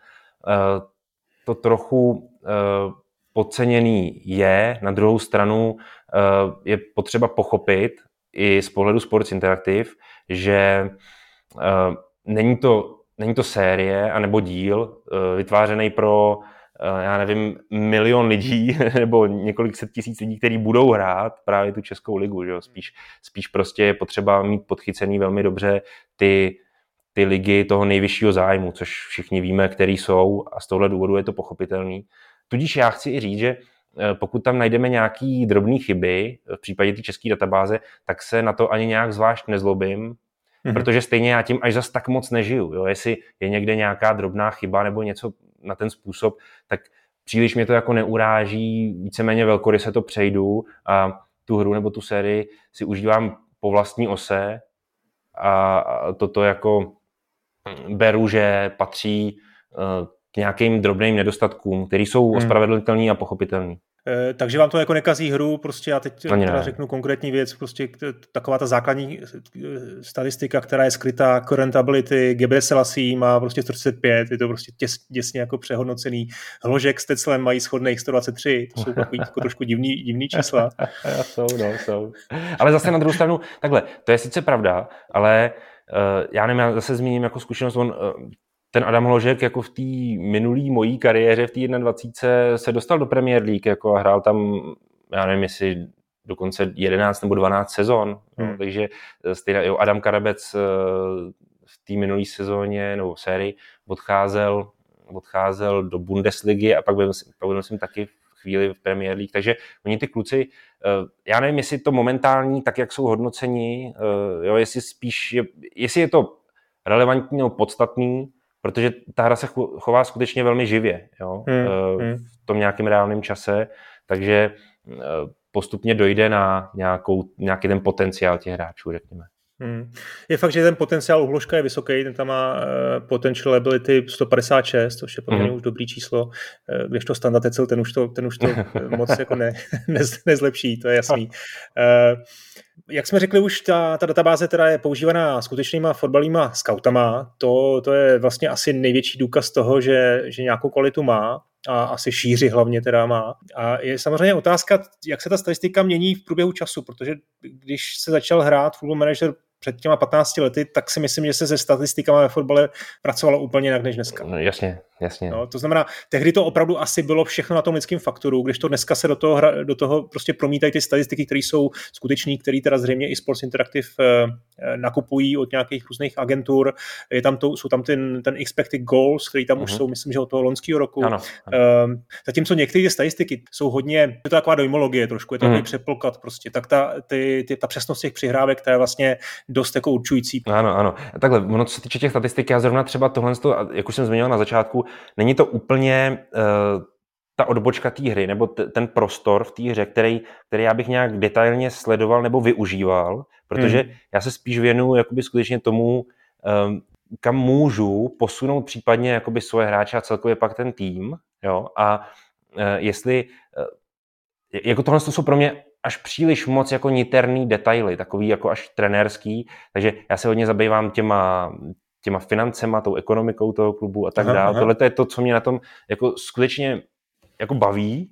to trochu podceněný je. Na druhou stranu je potřeba pochopit i z pohledu Sports Interactive, že není to série anebo díl vytvářený pro, já nevím, 1 milion lidí nebo několik set tisíc lidí, kteří budou hrát právě tu českou ligu. Že? Spíš prostě je potřeba mít podchycený velmi dobře ty ligy toho nejvyššího zájmu, což všichni víme, který jsou, a z tohle důvodu je to pochopitelný. Tudíž já chci i říct, že pokud tam najdeme nějaký drobné chyby v případě té české databáze, tak se na to ani nějak zvlášť nezlobím, protože stejně já tím až zas tak moc nežiju. Jo? Jestli je někde nějaká drobná chyba nebo něco na ten způsob, tak příliš mě to jako neuráží, víceméně velkoryse to přejdu a tu hru nebo tu sérii si užívám po vlastní ose a toto jako beru, že patří k nějakým drobným nedostatkům, které jsou ospravedlnitelný a pochopitelný.
Takže vám to jako nekazí hru, prostě já teď teda řeknu konkrétní věc, prostě taková ta základní statistika, která je skrytá, current ability, Gebre Selassie má prostě 135, je to prostě těsně jako přehodnocený. Hložek s Teclem mají shodných 123, to jsou takový jako trošku divný čísla.
jsou. Ale zase na druhou stranu, takhle, to je sice pravda, ale já nevím, já zase zmíním jako zkušenost, ten Adam Hložek jako v té minulý mojí kariéře v té 21 se dostal do Premier League jako a hrál tam, já nevím, jestli dokonce 11 nebo 12 sezon. No, takže stejně, Adam Karabec v té minulé sezóně nebo sérii odcházel do Bundesligy a pak byl myslím taky chvíli v Premier League. Takže oni ty kluci, já nevím, jestli to momentální, tak jak jsou hodnoceni, jo, jestli je to relevantní nebo podstatný, protože ta hra se chová skutečně velmi živě, jo, v tom nějakém reálném čase, takže postupně dojde na nějaký ten potenciál těch hráčů, řekněme.
Je fakt, že ten potenciál u Hložka je vysoký, ten tam má potential ability 156, což je poměrně už dobrý číslo, když to Standa Tecel, ten už to moc jako nezlepší, to je jasný. Jak jsme řekli už, ta databáze teda je používaná skutečnýma fotbalovýma scoutama, to je vlastně asi největší důkaz toho, že nějakou kvalitu má a asi šíři hlavně teda má. A je samozřejmě otázka, jak se ta statistika mění v průběhu času, protože když se začal hrát Football Manager před těma 15 lety, tak si myslím, že se se statistikama ve fotbale pracovalo úplně jinak než dneska.
No, jasně.
No, to znamená, tehdy to opravdu asi bylo všechno na tom lidském faktoru, když to dneska se do toho prostě promítají ty statistiky, které jsou skutečné, které teda zřejmě i Sports Interactive nakupují od nějakých různých agentur. Jsou tam ten expected goals, který tam už jsou, myslím, že od toho loňského roku.
Ano.
Zatímco některé statistiky jsou hodně, je to taková dojmologie trošku, je to takový přeplkat prostě, tak ta přesnost těch přihrávek, ta je vlastně dost jako určující.
Ano. Takhle, ono co se týče těch statistik, já zrovna třeba tohle, jak už jsem zmiňoval na začátku, není to úplně ta odbočka té hry, nebo ten prostor v té hře, který já bych nějak detailně sledoval nebo využíval, protože já se spíš věnuju jakoby skutečně tomu, kam můžu posunout případně jakoby svoje hráče a celkově pak ten tým, jo, a jestli, jako tohle jsou pro mě až příliš moc jako niterný detaily, takový jako až trenérský, takže já se hodně zabývám těma financema, tou ekonomikou toho klubu a tak dále. Tohle je to, co mě na tom jako skutečně jako baví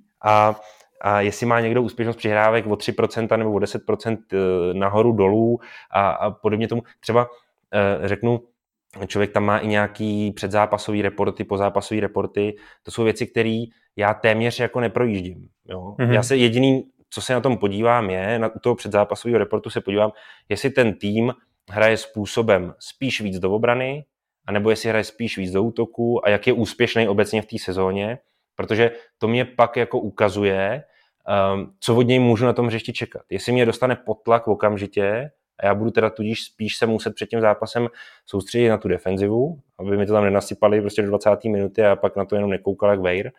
a jestli má někdo úspěšnost přihrávek o 3% nebo o 10% nahoru dolů a podobně tomu. Třeba řeknu, člověk tam má i nějaký předzápasový reporty, pozápasový reporty. To jsou věci, které já téměř jako neprojíždím. Jo? Já se jediný, co se na tom podívám, je, u toho předzápasového reportu se podívám, jestli ten tým hraje způsobem spíš víc do obrany, anebo jestli hraje spíš víc do útoku a jak je úspěšný obecně v té sezóně, protože to mě pak jako ukazuje, co od něj můžu na tom hřišti čekat. Jestli mě dostane pod tlak okamžitě a já budu teda tudíž spíš se muset před tím zápasem soustředit na tu defenzivu, aby mi to tam nenasypali prostě do 20. minuty a pak na to jenom nekoukal jak vejr.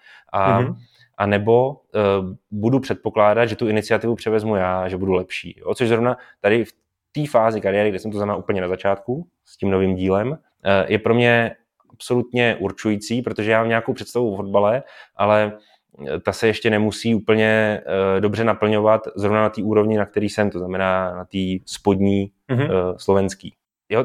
A nebo budu předpokládat, že tu iniciativu převezmu já, že budu lepší. Jo? Což zrovna tady v té fázi kariéry, kde jsem to znamená úplně na začátku s tím novým dílem, je pro mě absolutně určující, protože já mám nějakou představu o fotbale, ale ta se ještě nemusí úplně dobře naplňovat zrovna na té úrovni, na který jsem, to znamená na té spodní slovenský. Jo,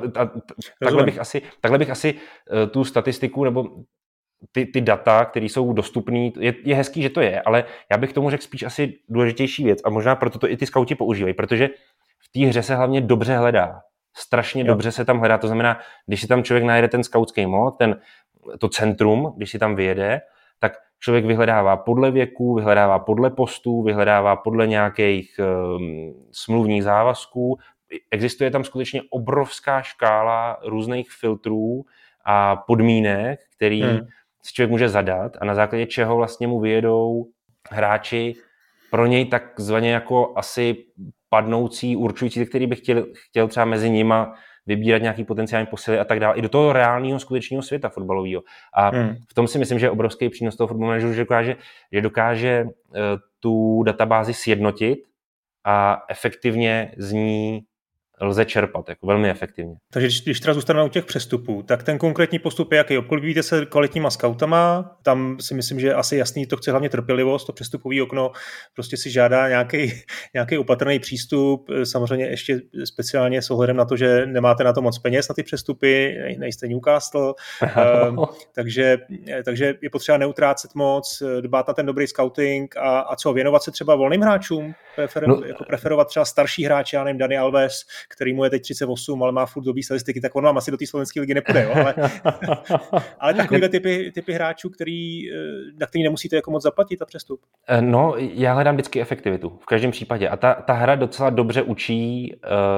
takhle bych asi tu statistiku nebo ty data, které jsou dostupné, je hezký, že to je, ale já bych tomu řekl spíš asi důležitější věc a možná proto to i ty skauti používají, protože v té hře se hlavně dobře hledá. Strašně dobře se tam hledá, to znamená, když si tam člověk najede ten skautský mod, to centrum, když si tam vyjede, tak člověk vyhledává podle věku, vyhledává podle postů, vyhledává podle nějakých smluvních závazků. Existuje tam skutečně obrovská škála různých filtrů a podmínek, který si člověk může zadat a na základě čeho vlastně mu vyjedou hráči pro něj takzvaně jako asi padnoucí, určující, který bych chtěl třeba mezi nima vybírat nějaký potenciální posily a tak dále. I do toho reálného skutečného světa fotbalového. A v tom si myslím, že je obrovský přínos toho Football Manageru, že dokáže tu databázi sjednotit a efektivně z ní lze čerpat, jako velmi efektivně.
Takže když teda zůstaneme u těch přestupů, tak ten konkrétní postup je jaký? Obklopujíte se kvalitníma scoutama, tam si myslím, že asi jasný, to chce hlavně trpělivost, to přestupový okno prostě si žádá nějaký opatrný přístup, samozřejmě ještě speciálně s ohledem na to, že nemáte na to moc peněz na ty přestupy, nejste Newcastle, takže je potřeba neutrácet moc, dbát na ten dobrý scouting a co, věnovat se třeba volným hráčům, preferovat třeba starší hráče, já nevím, Dani Alves, který mu je teď 38, ale má furt dobrý statistiky, tak on vám asi do té slovenské ligy nepůjde, jo? Ale takovýhle typy hráčů, na který nemusíte jako moc zaplatit a přestup.
No, já hledám vždycky efektivitu, v každém případě. A ta hra docela dobře učí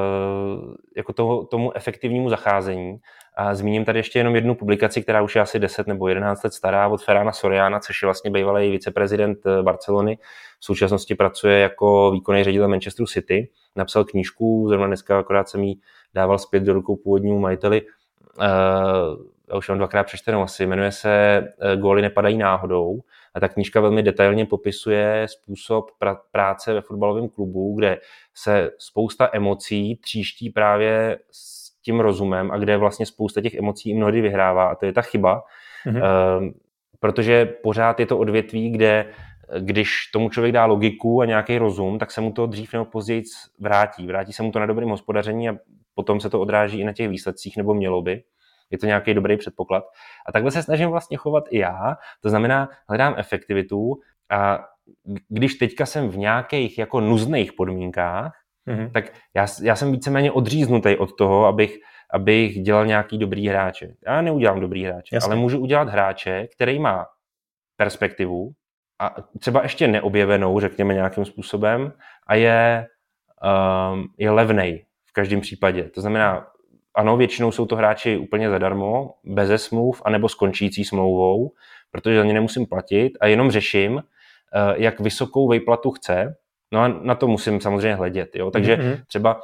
jako tomu efektivnímu zacházení. A zmíním tady ještě jenom jednu publikaci, která už je asi 10 nebo 11 let stará, od Ferrana Soriana, což je vlastně bývalý viceprezident Barcelony. V současnosti pracuje jako výkonný ředitel Manchesteru City. Napsal knížku, zrovna dneska akorát jsem ji dával zpět do rukou původnímu majiteli. Já už mám 2krát přečtenou asi. Jmenuje se Góly nepadají náhodou. A ta knížka velmi detailně popisuje způsob práce ve fotbalovém klubu, kde se spousta emocí tříští právě s tím rozumem a kde vlastně spousta těch emocí mnohdy vyhrává. A to je ta chyba, protože pořád je to odvětví, kde když tomu člověk dá logiku a nějaký rozum, tak se mu to dřív nebo později vrátí. Vrátí se mu to na dobrým hospodaření a potom se to odráží i na těch výsledcích, nebo mělo by. Je to nějaký dobrý předpoklad. A takhle se snažím vlastně chovat i já. To znamená, hledám efektivitu a když teďka jsem v nějakých jako nuzných podmínkách, tak já jsem víceméně odříznutý od toho, abych dělal nějaký dobrý hráče. Já neudělám dobrý hráče, ale můžu udělat hráče, který má perspektivu a třeba ještě neobjevenou, řekněme nějakým způsobem, a je levnej v každém případě. To znamená, ano, většinou jsou to hráči úplně zadarmo, beze smluv, anebo s končící smlouvou, protože za ně nemusím platit a jenom řeším, jak vysokou výplatu chce. No a na to musím samozřejmě hledět. Jo? Takže třeba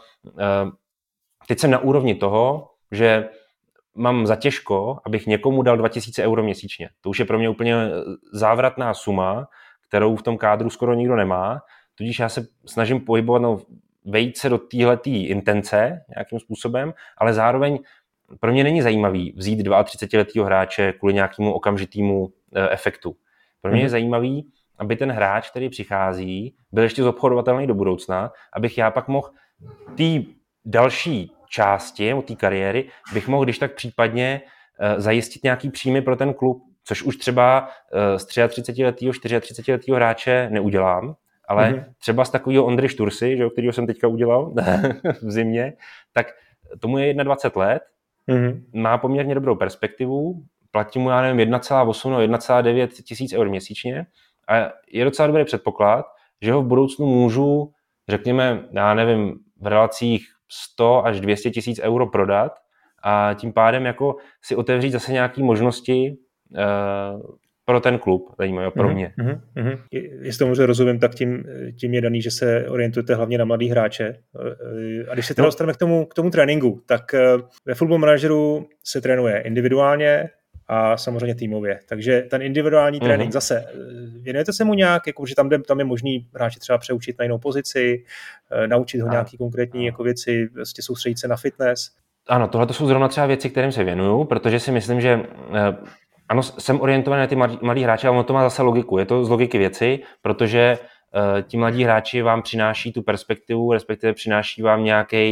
teď jsem na úrovni toho, že mám za těžko, abych někomu dal 2000 € měsíčně. To už je pro mě úplně závratná suma, kterou v tom kádru skoro nikdo nemá. Tudíž já se snažím pohybovat, vejít se do téhletý intence nějakým způsobem, ale zároveň pro mě není zajímavý vzít 32letého hráče kvůli nějakému okamžitému efektu. Pro mě je zajímavý, aby ten hráč, který přichází, byl ještě zobchodovatelný do budoucna, abych já pak mohl té další části té kariéry, bych mohl když tak případně zajistit nějaký příjmy pro ten klub, což už třeba z 33letého, 34letého hráče neudělám, ale třeba z takového Ondry Štursy, že, kterýho jsem teďka udělal v zimě, tak tomu je 21 let, má poměrně dobrou perspektivu, platí mu, já nevím, 1,8 nebo 1,9 tisíc eur měsíčně a je docela dobrý předpoklad, že ho v budoucnu můžu, řekněme, já nevím, v relacích 100 až 200 tisíc euro prodat a tím pádem jako si otevřít zase nějaké možnosti pro ten klub, zajímavé pro mě.
Jestli tomu rozumím, tak tím je daný, že se orientujete hlavně na mladý hráče. A když se teda dostaneme k tomu tréninku, tak ve Football Manageru se trénuje individuálně a samozřejmě týmově. Takže ten individuální trénink zase, věnujete se mu nějak, jako, že tam je možný hráče třeba přeučit na jinou pozici, naučit ho nějaký konkrétní jako věci, vlastně soustředit se na fitness?
Ano, tohle jsou zrovna třeba věci, kterým se věnuju, protože si myslím, že ano, jsem orientovaný na ty mladí hráče, ale ono to má zase logiku. Je to z logiky věci, protože ti mladí hráči vám přináší tu perspektivu, respektive přináší vám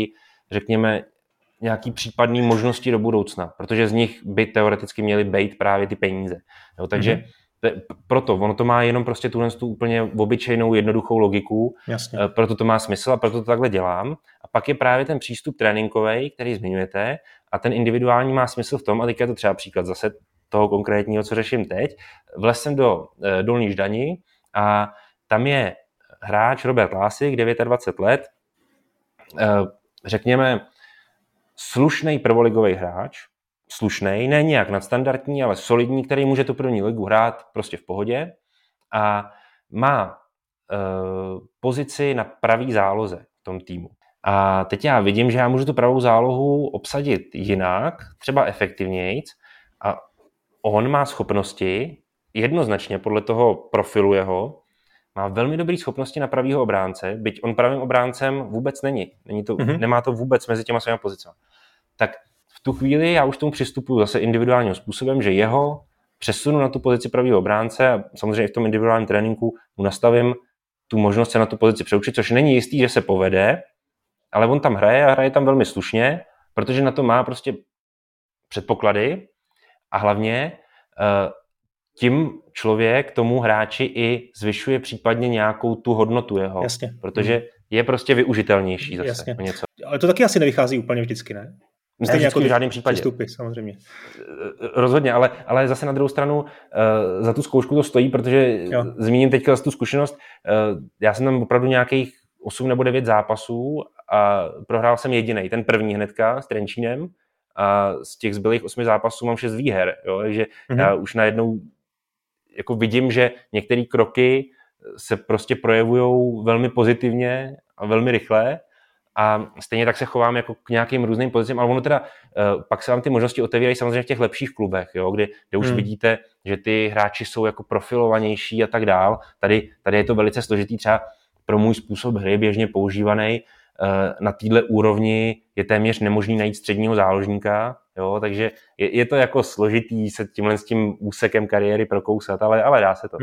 nějaký případný možnosti do budoucna, protože z nich by teoreticky měly být právě ty peníze. Jo, takže proto, ono to má jenom prostě tu úplně obyčejnou, jednoduchou logiku, proto to má smysl a proto to takhle dělám. A pak je právě ten přístup tréninkový, který zmiňujete, a ten individuální má smysl v tom, a teď je to třeba příklad zase toho konkrétního, co řeším teď. Vlez jsem do Dolní Ždani a tam je hráč Robert Lásik, 29 let, řekněme, slušný prvoligový hráč, slušný, ne nějak nadstandardní, ale solidní, který může tu první ligu hrát prostě v pohodě a má pozici na pravý záloze v tom týmu. A teď já vidím, že já můžu tu pravou zálohu obsadit jinak, třeba efektivnějc a on má schopnosti, jednoznačně podle toho profilu jeho, má velmi dobré schopnosti na pravýho obránce, byť on pravým obráncem vůbec není. Nemá to vůbec mezi těma svými pozicemi. Tak v tu chvíli já už tomu přistupuji zase individuálním způsobem, že jeho přesunu na tu pozici pravýho obránce a samozřejmě i v tom individuálním tréninku mu nastavím tu možnost se na tu pozici přeučit, což není jistý, že se povede, ale on tam hraje a hraje tam velmi slušně, protože na to má prostě předpoklady a hlavně tím člověk tomu hráči i zvyšuje případně nějakou tu hodnotu jeho.
Jasně.
Protože je prostě využitelnější zase.
Jasně.
Něco.
Ale to taky asi nevychází úplně vždycky, ne?
Ne vždycky v žádném případě.
Přístupy, samozřejmě.
Rozhodně, ale zase na druhou stranu za tu zkoušku to stojí, protože zmíním teďka tu zkušenost. Já jsem tam opravdu nějakých 8 nebo 9 zápasů a prohrál jsem jedinej, ten první hnedka s Trenčínem a z těch zbylých 8 zápasů mám 6 výher. Jo? Takže já už najednou jako vidím, že některé kroky se prostě projevujou velmi pozitivně a velmi rychle a stejně tak se chovám jako k nějakým různým pozicím, ale ono teda pak se vám ty možnosti otevírají samozřejmě v těch lepších klubech, jo, kde už vidíte, že ty hráči jsou jako profilovanější a tak dál. Tady je to velice složitý, třeba pro můj způsob hry běžně používaný. Na téhle úrovni je téměř nemožný najít středního záložníka, jo, takže je to jako složitý se s tím úsekem kariéry prokousat, ale dá se to.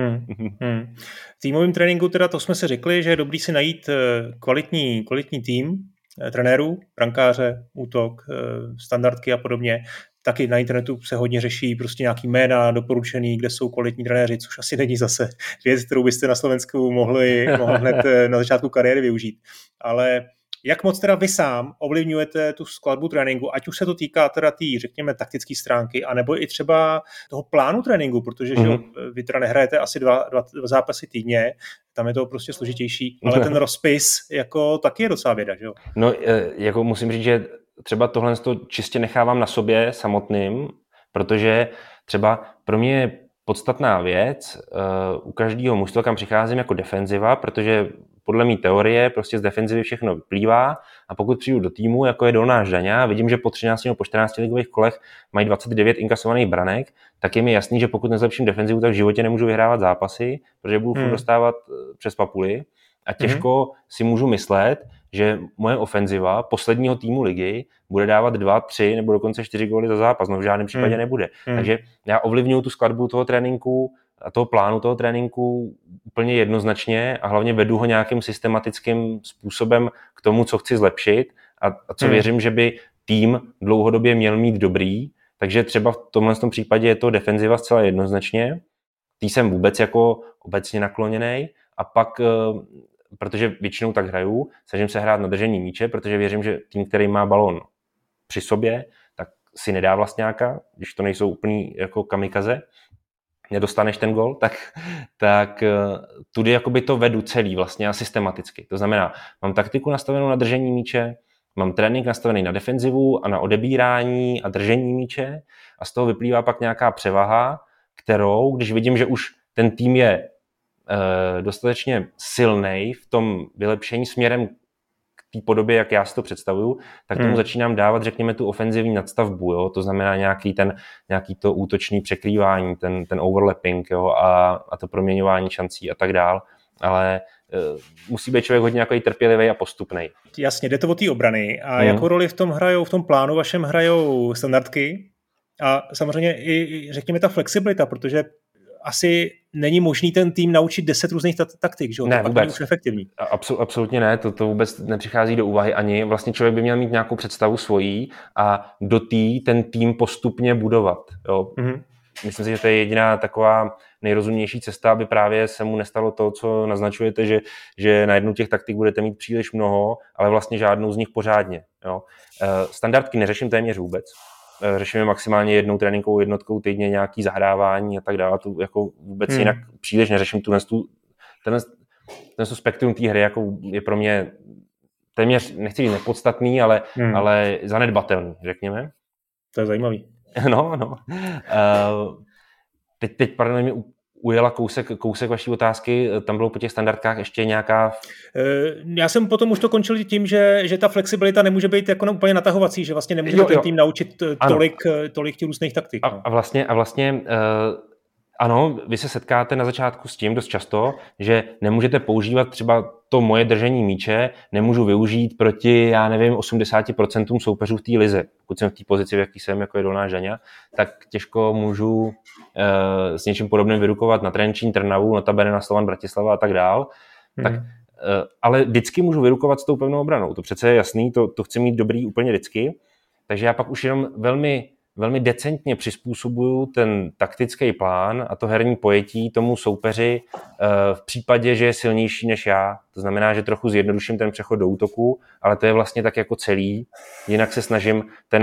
V týmovém tréninku teda to jsme si řekli, že je dobrý si najít kvalitní tým trenérů, brankáře, útok, standardky a podobně. Taky na internetu se hodně řeší prostě nějaký jména doporučený, kde jsou kvalitní trenéři, což asi není zase věc, kterou byste na Slovensku mohli hned na začátku kariéry využít. Ale jak moc teda vy sám ovlivňujete tu skladbu tréninku, ať už se to týká teda řekněme, taktické stránky, anebo i třeba toho plánu tréninku, protože že vy teda nehrajete asi dva zápasy týdně, tam je to prostě složitější, ale ten rozpis jako taky je docela věda, že jo?
No, jako musím říct, že třeba tohle to čistě nechávám na sobě samotným, protože třeba pro mě je podstatná věc u každého mužstva, kam přicházím jako defenziva, protože podle mý teorie prostě z defenzivy všechno vyplývá a pokud přijdu do týmu, jako je Dolnáš Daňa, vidím, že po 13 nebo po 14 ligových kolech mají 29 inkasovaných branek, tak je mi jasný, že pokud nezlepším defenzivu, tak v životě nemůžu vyhrávat zápasy, protože budu furt dostávat přes papuly a těžko si můžu myslet, že moje ofenziva posledního týmu ligy bude dávat 2, 3 nebo dokonce 4 góly za zápas, no v žádném případě nebude. Takže já ovlivňuji tu skladbu toho tréninku a toho plánu toho tréninku úplně jednoznačně a hlavně vedu ho nějakým systematickým způsobem k tomu, co chci zlepšit a co věřím, že by tým dlouhodobě měl mít dobrý. Takže třeba v tomhle případě je to defenziva zcela jednoznačně. Tý jsem vůbec jako obecně nakloněnej a pak, protože většinou tak hraju, snažím se hrát na držení míče, protože věřím, že tým, který má balón při sobě, tak si nedá vlastňáka, když to nejsou úplný jako kamikaze, nedostaneš ten gol, tak tudy jakoby to vedu celý vlastně a systematicky. To znamená, mám taktiku nastavenou na držení míče, mám trénink nastavený na defenzivu a na odebírání a držení míče a z toho vyplývá pak nějaká převaha, kterou, když vidím, že už ten tým je dostatečně silnej v tom vylepšení směrem k té podobě, jak já si to představuju, tak tomu začínám dávat, řekněme, tu ofenzivní nadstavbu, jo? To znamená nějaký to útočný překrývání, ten overlapping, jo? A to proměňování šancí a tak dál, ale musí být člověk hodně jako trpělivý a postupnej.
Jasně, jde to o té obrany a jakou roli v tom plánu vašem hrajou standardky a samozřejmě i řekněme ta flexibilita, protože asi není možný ten tým naučit 10 různých taktik, že jo?
Ne, vůbec.
Už efektivní.
Absolutně ne, to vůbec nepřichází do úvahy ani. Vlastně člověk by měl mít nějakou představu svojí a do ten tým postupně budovat. Jo? Myslím si, že to je jediná taková nejrozumnější cesta, aby právě se mu nestalo to, co naznačujete, že na jednu těch taktik budete mít příliš mnoho, ale vlastně žádnou z nich pořádně. Jo? Standardky neřeším téměř vůbec. Řešíme maximálně jednou tréninkovou jednotkou týdně nějaký zahrávání a tak dále. To jako vůbec jinak příliš neřeším. Ten spektrum té hry jako je pro mě téměř, nechci říct nepodstatný, ale zanedbatelný, řekněme.
To je zajímavý.
No. Teď pardon, mi ujela kousek vaší otázky, tam bylo po těch standardkách ještě nějaká...
Já jsem potom už to končil tím, že ta flexibilita nemůže být jako úplně natahovací, že vlastně nemůže ten tým naučit tolik těch různých taktik. No.
A vlastně ano, vy se setkáte na začátku s tím dost často, že nemůžete používat třeba to moje držení míče, nemůžu využít proti, 80% soupeřů v té lize. Pokud jsem v té pozici, v jaký jsem, jako je Dolnáš Daňa, tak těžko můžu s něčím podobným vyrukovat na Trenčín, Trnavu, notabene na Slovan Bratislava a tak dál. Ale vždycky můžu vyrukovat s tou pevnou obranou. To přece je jasný, to chci mít dobrý úplně vždycky. Takže já pak už jenom velmi decentně přizpůsobuju ten taktický plán a to herní pojetí tomu soupeři v případě, že je silnější než já. To znamená, že trochu zjednoduším ten přechod do útoku, ale to je vlastně tak jako celý. Jinak se snažím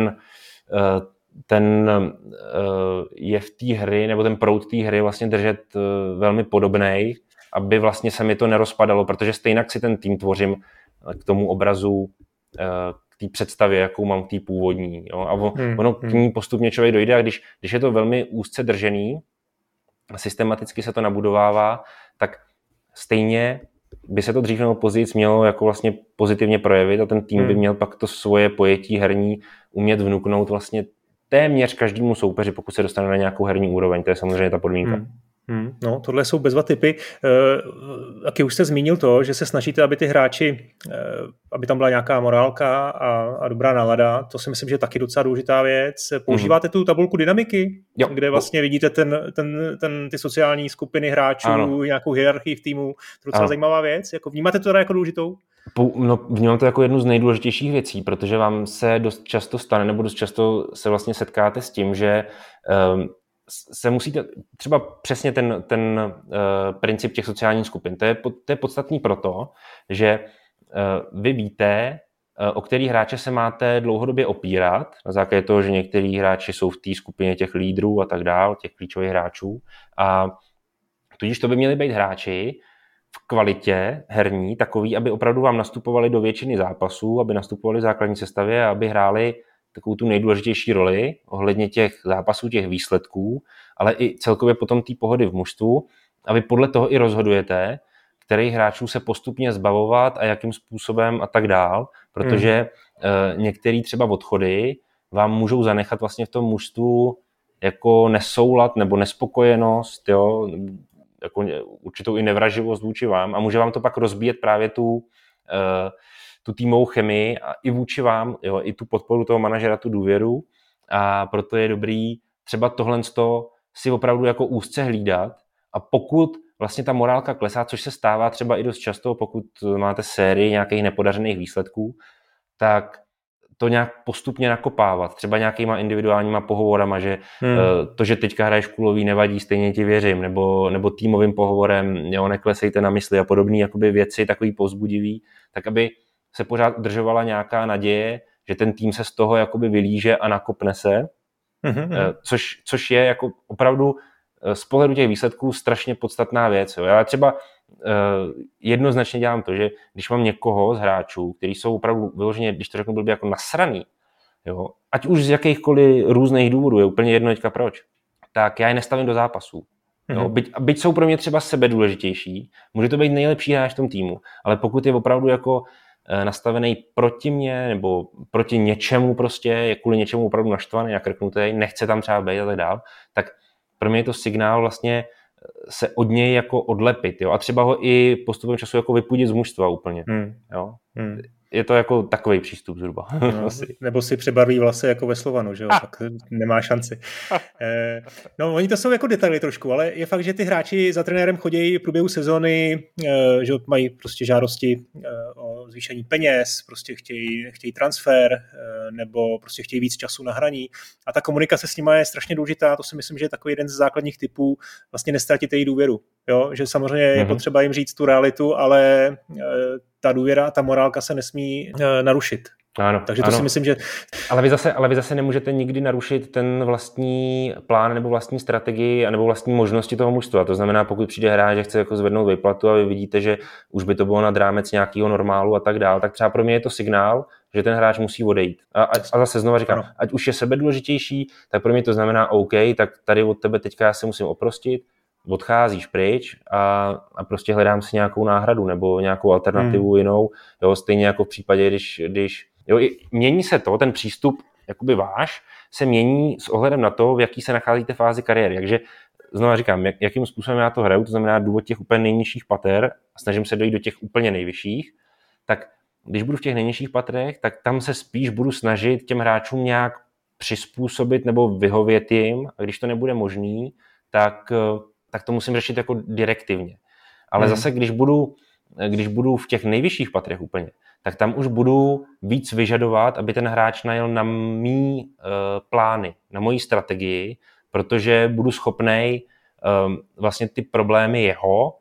ten jev té hry nebo ten proud té hry vlastně držet velmi podobnej, aby vlastně se mi to nerozpadalo, protože stejnak si ten tým tvořím k tomu obrazu, k té představě, jakou mám k té původní. Jo? A ono k ní postupně člověk dojde a když je to velmi úzce držený, systematicky se to nabudovává, tak stejně by se to dřív nebo později mělo jako vlastně pozitivně projevit a ten tým by měl pak to svoje pojetí herní umět vnuknout vlastně téměř každému soupeři, pokud se dostane na nějakou herní úroveň. To je samozřejmě ta podmínka.
No, tohle jsou bezva tipy. Taky už jste zmínil to, že se snažíte, aby ty hráči, aby tam byla nějaká morálka a dobrá nálada. To si myslím, že je taky docela důležitá věc. Používáte tu tabulku dynamiky,
jo,
kde vlastně vidíte ty sociální skupiny hráčů, ano. Nějakou hierarchii v týmu. To je docela zajímavá věc. Jako vnímáte to teda jako důležitou?
No, vnímám to jako jednu z nejdůležitějších věcí, protože vám se dost často stane, nebo dost často se vlastně setkáte s tím, že se musíte, třeba přesně ten princip těch sociálních skupin, to je podstatný proto, že vy víte, o který hráče se máte dlouhodobě opírat, na základě toho, že některý hráči jsou v té skupině těch lídrů a tak dál, těch klíčových hráčů, a tudíž to by měli být hráči v kvalitě herní, takový, aby opravdu vám nastupovali do většiny zápasů, aby nastupovali v základní sestavě a aby hráli takovou tu nejdůležitější roli ohledně těch zápasů, těch výsledků, ale i celkově potom té pohody v mužstvu, a vy podle toho i rozhodujete, kterých hráčů se postupně zbavovat a jakým způsobem a tak dál, protože některé třeba odchody vám můžou zanechat vlastně v tom mužstvu jako nesoulad nebo nespokojenost, jo, jako určitou i nevraživost vůči vám, a může vám to pak rozbíjet právě tu týmovou chemii a i vůči vám, jo, i tu podporu toho manažera, tu důvěru, a proto je dobrý třeba tohle si opravdu jako úzce hlídat, a pokud vlastně ta morálka klesá, což se stává třeba i dost často, pokud máte sérii nějakých nepodařených výsledků, tak to nějak postupně nakopávat, třeba nějakýma individuálníma pohovorama, že to, že teďka hraješ kulový, nevadí, stejně ti věřím, nebo týmovým pohovorem, jo, neklesejte na mysli a podobné jakoby věci, takový povzbudivý, tak aby se pořád udržovala nějaká naděje, že ten tým se z toho jakoby vylíže a nakopne se, což je jako opravdu z pohledu těch výsledků strašně podstatná věc. Jo. Já třeba jednoznačně dělám to, že když mám někoho z hráčů, kteří jsou opravdu vyloženě, když to řeknu blbě, jako nasraný, jo, ať už z jakýchkoliv různých důvodů, je úplně jedno teďka proč, tak já je nestavím do zápasů. Jo. Byť jsou pro mě třeba sebe důležitější, může to být nejlepší hráč v tom týmu, ale pokud je opravdu jako nastavený proti mně nebo proti něčemu prostě, je kvůli něčemu opravdu naštvaný, nakrknutý, nechce tam třeba být a tak dál, tak pro mě je to signál vlastně se od něj jako odlepit, jo? A třeba ho i postupem času jako vypudit z mužstva úplně. Jo? Je to jako takový přístup zhruba.
No, nebo si přebarví vlasy jako ve Slovanu, že jo? Tak nemá šanci. No, oni to jsou jako detaily trošku, ale je fakt, že ty hráči za trenérem chodí v průběhu sezony, že mají prostě žádosti o zvýšení peněz, prostě chtějí transfer, nebo prostě chtějí víc času na hraní. A ta komunikace s nimi je strašně důležitá, to si myslím, že je takový jeden z základních typů, vlastně nestratit její důvěru. Jo? Že samozřejmě je potřeba jim říct tu realitu, ale ta důvěra, ta morálka se nesmí narušit.
Ano,
takže to si myslím, že...
Ale vy zase nemůžete nikdy narušit ten vlastní plán nebo vlastní strategii nebo vlastní možnosti toho mužstva. To znamená, pokud přijde hráč, že chce jako zvednout výplatu a vy vidíte, že už by to bylo nad rámec nějakého normálu a tak dál, tak třeba pro mě je to signál, že ten hráč musí odejít. A zase znova říkám, ať už je sebe důležitější, tak pro mě to znamená OK, tak tady od tebe teďka já se musím oprostit, odcházíš pryč a prostě hledám si nějakou náhradu nebo nějakou alternativu jinou. Jo, stejně jako v případě, když jo, mění se to, ten přístup jakoby váš se mění s ohledem na to, v jaký se nacházíte fázi kariéry. Takže znovu říkám, jakým způsobem já to hraju, to znamená důvod těch úplně nejnižších pater a snažím se dojít do těch úplně nejvyšších, tak když budu v těch nejnižších patrech, tak tam se spíš budu snažit těm hráčům nějak přizpůsobit nebo vyhovět jim, a když to nebude možný, tak to musím řešit jako direktivně. Ale zase, když budu v těch nejvyšších patrech úplně, tak tam už budu víc vyžadovat, aby ten hráč najel na mý plány, na moji strategii, protože budu schopnej vlastně ty problémy jeho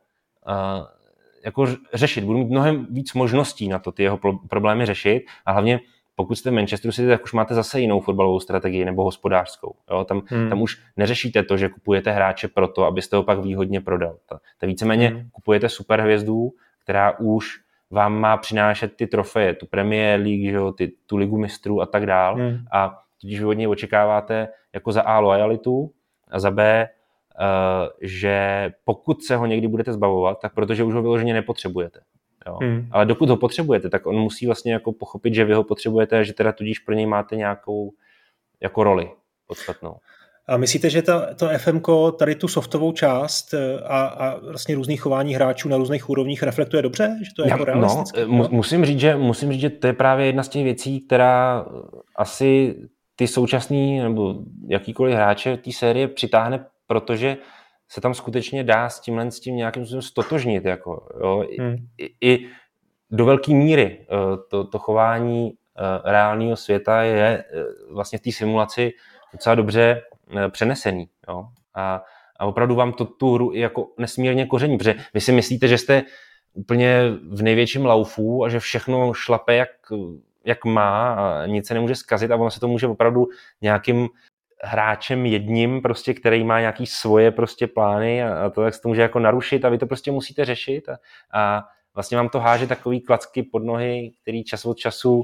jako řešit. Budu mít mnohem víc možností na to ty jeho problémy řešit, a hlavně pokud jste v Manchesteru City, tak už máte zase jinou fotbalovou strategii nebo hospodářskou. Jo? Tam už neřešíte to, že kupujete hráče proto, abyste ho pak výhodně prodal. To víceméně kupujete superhvězdu, která už vám má přinášet ty trofeje, tu Premier League, že jo, tu ligu mistrů a tak dál. A tudíž vy od něj očekáváte jako za A lojalitu a za B, že pokud se ho někdy budete zbavovat, tak protože už ho vyloženě nepotřebujete. Jo. Ale dokud ho potřebujete, tak on musí vlastně jako pochopit, že vy ho potřebujete a že teda tudíž pro něj máte nějakou jako roli podstatnou.
A myslíte, že to FMko tady tu softovou část a vlastně různých chování hráčů na různých úrovních reflektuje dobře? Že to je jako realistické?
Musím říct, že to je právě jedna z těch věcí, která asi ty současný nebo jakýkoliv hráče té série přitáhne, protože se tam skutečně dá s tím nějakým způsobem stotožnit. Jako, jo. I do velké míry to chování reálného světa je vlastně v té simulaci docela dobře přenesený. Jo. A opravdu vám to tu hru jako nesmírně koření, protože vy si myslíte, že jste úplně v největším laufu a že všechno šlape jak má a nic se nemůže zkazit a ono se to může opravdu nějakým hráčem jedním, prostě, který má nějaký svoje prostě plány a to tak se to může jako narušit a vy to prostě musíte řešit a vlastně vám to háže takový klacky pod nohy, který čas od času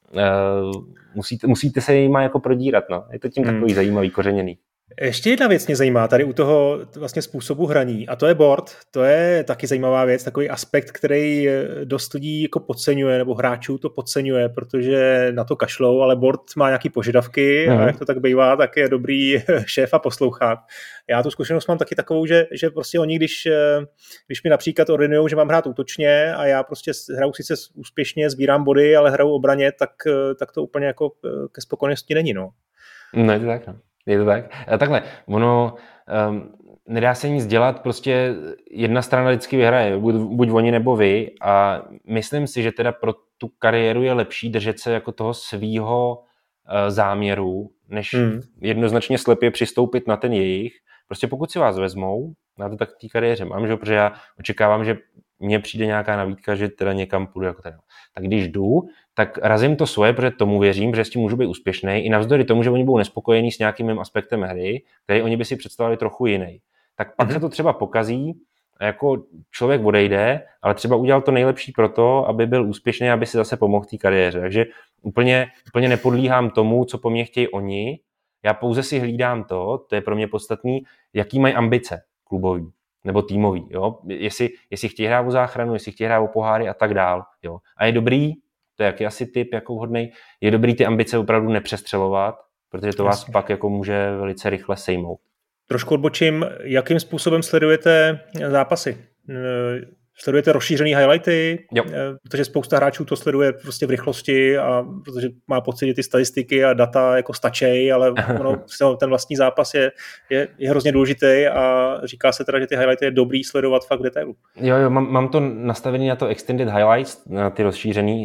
musíte se jima jako prodírat. No. Je to tím takový zajímavý, kořeněný.
Ještě jedna věc mě zajímá tady u toho vlastně způsobu hraní a to je board. To je taky zajímavá věc, takový aspekt, který dost lidí jako podceňuje nebo hráčů to podceňuje, protože na to kašlou, ale board má nějaký požadavky a jak to tak bývá, tak je dobrý šéfa poslouchat. Já tu zkušenost mám taky takovou, že prostě oni, když mi například ordinujou, že mám hrát útočně a já prostě hraju sice úspěšně, sbírám body, ale hraju obraně, tak to úplně jako ke spokojenosti není. No,
je to tak, no. Je to tak? Takhle, ono nedá se nic dělat, prostě jedna strana vždycky vyhraje, buď oni nebo vy a myslím si, že teda pro tu kariéru je lepší držet se jako toho svýho záměru, než jednoznačně slepě přistoupit na ten jejich. Prostě pokud si vás vezmou, na to tak v té kariéře mám, že? Protože já očekávám, že mně přijde nějaká nabídka, že teda někam půjdu jako teda. Tak když jdu, tak razím to svoje, protože tomu věřím, že s tím můžu být úspěšný, i navzdory tomu, že oni budou nespokojení s nějakým mým aspektem hry, který oni by si představili trochu jiný. Tak pak se to třeba pokazí, a jako člověk odejde, ale třeba udělal to nejlepší pro to, aby byl úspěšný, aby si zase pomohl té kariéře. Takže úplně nepodlíhám tomu, co po mně chtějí oni. Já pouze si hlídám to je pro mě podstatný, jaký mají ambice klubový nebo týmový, jo? Jestli chtějí hrát o záchranu, jestli chtějí hrát o poháry a tak dál, jo. A je dobrý, to je asi tip jako vhodnej, je dobrý ty ambice opravdu nepřestřelovat, protože to vás pak jako může velice rychle sejmout.
Trošku odbočím, jakým způsobem sledujete zápasy? Sledujete rozšířený highlighty?
Jo.
Protože spousta hráčů to sleduje prostě v rychlosti a protože má pocit, že ty statistiky a data jako stačí, ale ten vlastní zápas je hrozně důležitý a říká se teda, že ty highlighty je dobrý sledovat fakt v detailu.
Jo, mám to nastavený na to extended highlights, na ty rozšířený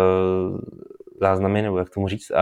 záznamy, nebo jak tomu říct.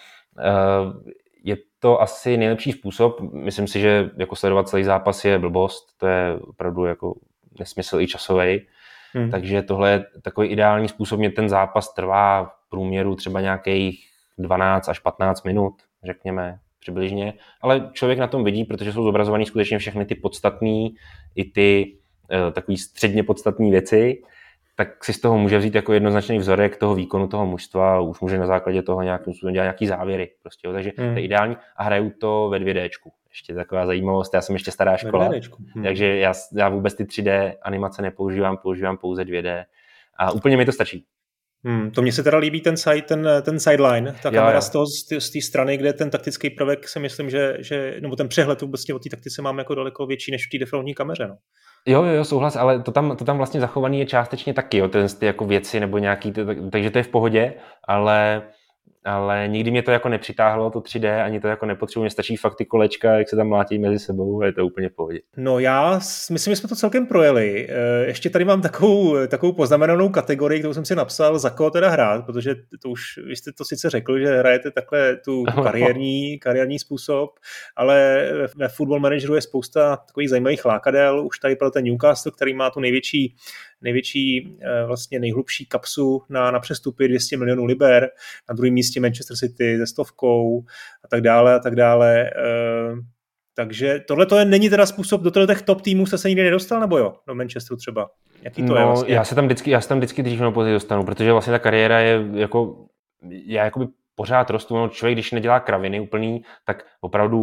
Je to asi nejlepší způsob. Myslím si, že jako sledovat celý zápas je blbost. To je opravdu jako nesmysl i časovej. Takže tohle je takový ideální způsob. Mě ten zápas trvá v průměru třeba nějakých 12 až 15 minut, řekněme přibližně. Ale člověk na tom vidí, protože jsou zobrazovaný skutečně všechny ty podstatné i ty takový středně podstatné věci, tak si z toho může vzít jako jednoznačný vzorek toho výkonu toho mužstva a už může na základě toho nějakým způsobem dělat nějaký závěry. Prostě, takže to je ideální a hraju to ve 2Dčku. Ještě taková zajímavost, já jsem ještě stará škola, takže já vůbec ty 3D animace nepoužívám, používám pouze 2D a úplně mi to stačí.
To mně se teda líbí ten sideline, ta kamera z té strany, kde ten taktický prvek si myslím, že nebo ten přehled vůbec o té taktice mám jako daleko větší než v té defrontní kameře. No.
Jo, souhlas, ale to tam vlastně zachovaný je částečně taky, jo, ty jako věci nebo nějaký, takže to je v pohodě, ale nikdy mě to jako nepřitáhlo, to 3D, ani to jako nepotřebuji, mě stačí fakt ty kolečka, jak se tam mlátí mezi sebou a je to úplně v pohodě.
No já myslím, že jsme to celkem projeli. Ještě tady mám takovou poznamenanou kategorii, kterou jsem si napsal, za koho teda hrát, protože to už, vy jste to sice řekl, že hrajete takhle tu kariérní způsob, ale ve Football Manageru je spousta takových zajímavých lákadel, už tady pro ten Newcastle, který má tu největší vlastně nejhlubší kapsu na přestupy 200 milionů liber, na druhém místě Manchester City se 100 a tak dále. Takže tohle není teda způsob, do těch top týmů jste se nikdy nedostal, nebo jo? Do Manchesteru třeba? Jaký to je vlastně?
Já se tam vždycky dřív nebo později dostanu, protože vlastně ta kariéra je jako, já jakoby pořád rostu, člověk, když nedělá kraviny úplný, tak opravdu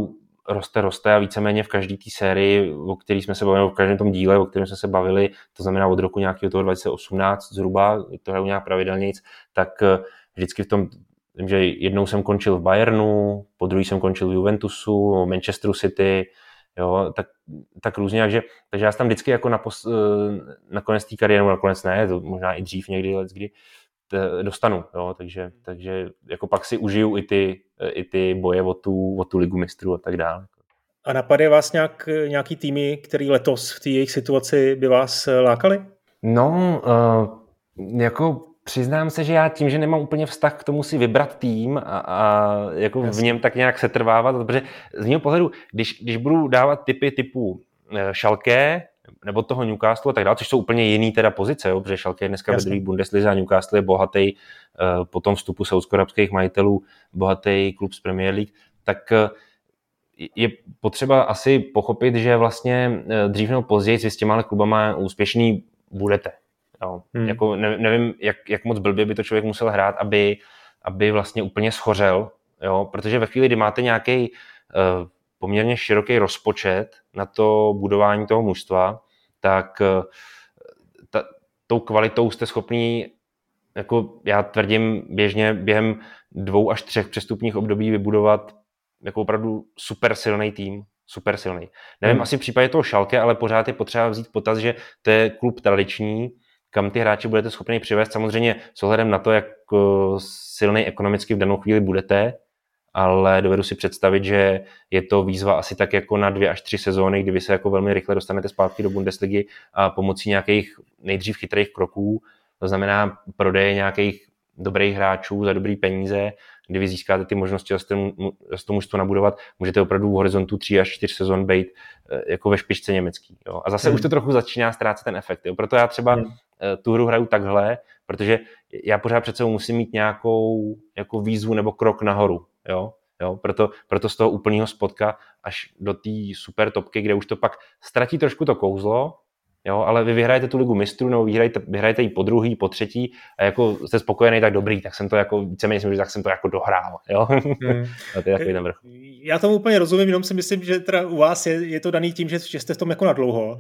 roste a víceméně v každé té sérii, o který jsme se bavili, v každém tom díle, o kterém jsme se bavili, to znamená od roku nějakého toho 2018 zhruba, to hraju nějak pravidelnějc, tak vždycky v tom, že jednou jsem končil v Bayernu, po druhý jsem končil v Juventusu, Manchesteru City, jo, tak různě, takže já jsem tam vždycky jako nakonec té kariéry, nakonec ne, to možná i dřív někdy, kdy dostanu, jo, takže jako pak si užiju i ty boje o tu ligu mistrů a tak dále.
A napadá vás nějaký týmy, který letos v té jejich situaci by vás lákali?
No, jako přiznám se, že já tím, že nemám úplně vztah k tomu si vybrat tým a jako v něm tak nějak setrvávat, protože z mého pohledu, když budu dávat tipy typu Schalke nebo toho Newcastle a tak dále, což jsou úplně jiný teda pozice, jo, protože Schalke je dneska ve druhé Bundeslize a Newcastle je bohatý po tom vstupu saúdsko-arabských majitelů, bohatý klub z Premier League, tak je potřeba asi pochopit, že vlastně dřív nebo později s těma klubama úspěšný budete. Jo. Jako nevím, jak moc blbě by to člověk musel hrát, aby vlastně úplně schořel, jo, protože ve chvíli, kdy máte nějaký poměrně široký rozpočet na to budování toho mužstva, tak tou kvalitou jste schopný, jako já tvrdím běžně, během 2 až 3 přestupních období vybudovat jako opravdu super silný tým, super silný. Nevím, asi v případě toho Schalke, ale pořád je potřeba vzít potaz, že to je klub tradiční, kam ty hráči budete schopni přivést, samozřejmě s ohledem na to, jak silný ekonomicky v danou chvíli budete, ale dovedu si představit, že je to výzva asi tak jako na 2 až 3 sezóny, kdy vy se jako velmi rychle dostanete zpátky do Bundesligy a pomocí nějakých nejdřív chytrých kroků, to znamená prodeje nějakých dobrých hráčů za dobrý peníze, kdy vy získáte ty možnosti z toho mužstvo nabudovat, můžete opravdu v horizontu 3 až 4 sezon být jako ve špičce německý. Jo. A zase už to trochu začíná ztrácet ten efekt. Jo. Proto já třeba tu hru hraju takhle, protože já pořád před sebou musím mít nějakou jako výzvu nebo krok nahoru. Jo. Proto z toho úplného spotka až do té super topky, kde už to pak ztratí trošku to kouzlo, jo, ale vy vyhrajete tu ligu mistrů nebo vyhrajete ji po druhý, po třetí a jako jste spokojený, tak dobrý, tak jsem to jako víceméně, tak jsem to jako dohrál, jo. A to je takový ten vrch.
Já tomu úplně rozumím, jenom si myslím, že teda u vás je to daný tím, že jste v tom jako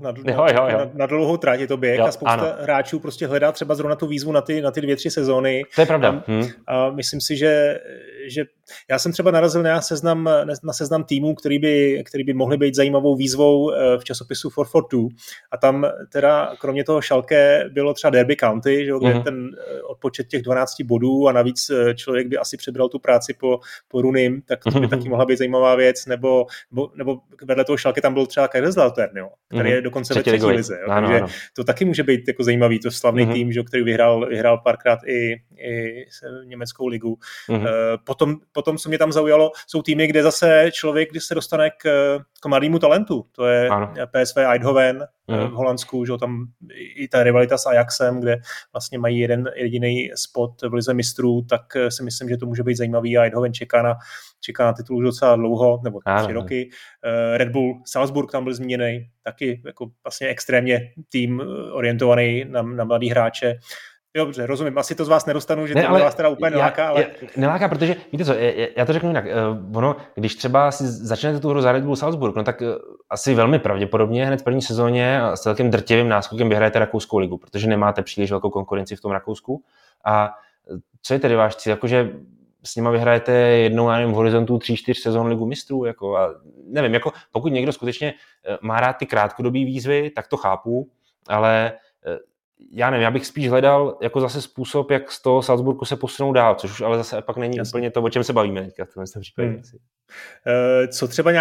na dlouhou trať, je to běh a spousta hráčů prostě hledá třeba zrovna tu výzvu na ty 2-3 sezóny.
To je pravda.
A myslím si, že já jsem třeba narazil na seznam týmů, který by mohly být zajímavou výzvou v časopisu 442 a tam teda kromě toho Schalke bylo třeba Derby County, že, kde ten odpočet těch 12 bodů a navíc člověk by asi přebral tu práci po Runim, tak to by taky mohla být zajímavá věc, nebo vedle toho Schalke tam byl třeba Kaiserslautern, jo, který je dokonce ve třetí lize, jo, takže to taky může být jako zajímavý, to slavný tým, že, který vyhrál párkrát i německou ligu. Potom, co mě tam zaujalo, jsou týmy, kde zase člověk, když se dostane k mladému talentu, to je PSV Eindhoven v Holandsku, že tam i ta rivalita s Ajaxem, kde vlastně mají jeden jediný spot v lize mistrů, tak si myslím, že to může být zajímavý a Eindhoven čeká na titul docela dlouho, nebo 3 roky. Red Bull Salzburg tam byl zmíněný, taky jako vlastně extrémně tým orientovaný na mladý hráče. Dobře, rozumím, asi to z vás nedostanu, že to vás teda úplně neláká, ale...
Neláká, protože, víte co, já to řeknu jinak, když třeba si začnete tu hru za Red Bull Salzburg, no tak asi velmi pravděpodobně hned v první sezóně s celkem drtivým náskokem vyhrajete Rakouskou ligu, protože nemáte příliš velkou konkurenci v tom Rakousku. A co je tedy váš cíl? Jakože s nima vyhrajete jednou, já nevím, v horizontu 3-4 sezon ligu mistrů, jako, a nevím, jako pokud někdo skutečně má rád ty krátkodobý výzvy, tak to chápu, ale já nevím, já bych spíš hledal jako zase způsob, jak z toho Salzburgu se posunou dál, což už ale zase pak není úplně to, o čem se bavíme teďka v tom případě.
Co třeba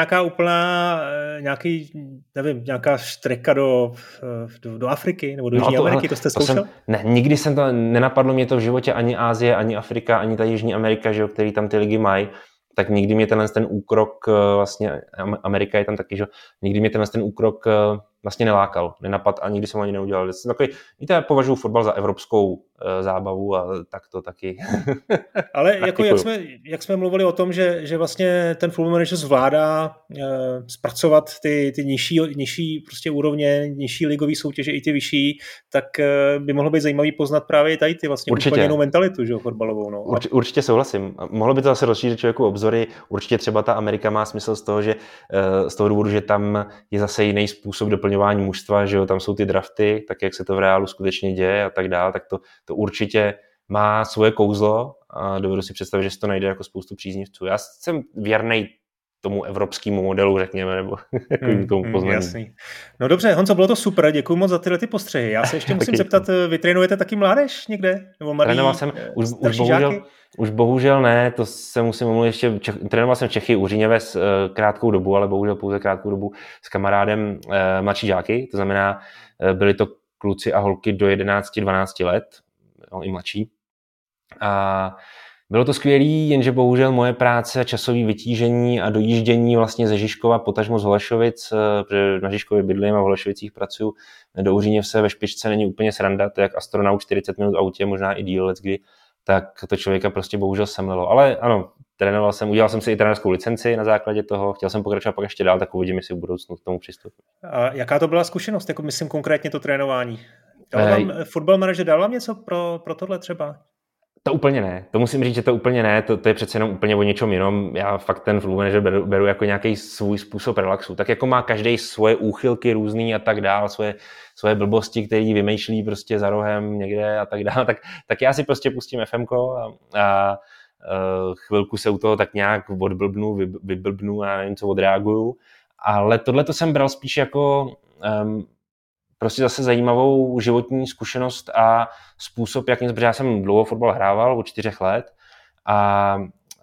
nějaká štreka do Afriky nebo do Jižní Ameriky, to jste zkoušel?
Nikdy jsem to, nenapadlo mě to v životě ani Asie, ani Afrika, ani ta Jižní Amerika, že jo, který tam ty ligy mají, tak nikdy mě ten úkrok, vlastně Amerika je tam taky, že nikdy mě ten úkrok vlastně nelákal, nenapad a nikdy jsem ho ani neudělal. Takový, víte, já považuji fotbal za evropskou zábavu a tak to taky.
Ale jako jak jsme mluvili o tom, že vlastně ten Football Manager zvládá zpracovat ty nižší prostě úrovně, nižší ligové soutěže i ty vyšší, tak by mohlo být zajímavý poznat právě tady ty vlastně úplně jinou mentalitu, že, fotbalovou. No.
Určitě souhlasím. Mohlo by to zase rozšířit člověku obzory. Určitě třeba ta Amerika má smysl z toho, že z toho důvodu, že tam je zase jiný způsob doplňování mužstva, že jo, tam jsou ty drafty, tak jak se to v reálu skutečně děje a tak dále, tak to určitě má svoje kouzlo a dovedu si představit, že se to najde jako spoustu příznivců. Já jsem věrnej tomu evropskému modelu, řekněme, nebo tomu poznání.
Jasný. No dobře, Honzo, bylo to super, děkuji moc za tyhle ty postřehy. Já se ještě musím zeptat, vy trénujete taky mládež někde? Nebo
trénoval jsem, už bohužel ne, to se musím omluvit ještě, trénoval jsem v Čechy u Říněve krátkou dobu, ale bohužel pouze krátkou dobu s kamarádem mladší žáky, to znamená, byli to kluci a holky do 11-12 let, no, i mladší. A bylo to skvělý, jenže bohužel moje práce, časové vytížení a dojíždění vlastně ze Žižkova, potažmo z Holešovic, protože na Žižkově bydlím a v Holešovicích pracuju, do Uříněvse ve špičce není úplně sranda, to je jak astronaut 40 minut v autě, možná i díl leckdy, tak to člověka prostě bohužel semlelo. Ale ano, trénoval jsem, udělal jsem si i trenérskou licenci na základě toho, chtěl jsem pokračovat pak ještě dál, tak uvidím, jestli v budoucnu k tomu přistoupím.
A jaká to byla zkušenost, jako myslím konkrétně to trénování? Football Manager dal vám něco pro tohle třeba?
To úplně ne. To musím říct, že to úplně ne. To je přece jenom úplně o něčem jinom. Já fakt ten Football Manager beru jako nějaký svůj způsob relaxu. Tak jako má každý svoje úchylky různý a tak dál, svoje blbosti, který vymýšlí prostě za rohem někde a tak dál, tak já si prostě pustím FMko a chvilku se u toho tak nějak odblbnu, vyblbnu a nevím co odreaguju. Ale tohle to jsem bral spíš jako prostě zase zajímavou životní zkušenost a způsob, jak něco, protože já jsem dlouho fotbal hrával, od 4 let a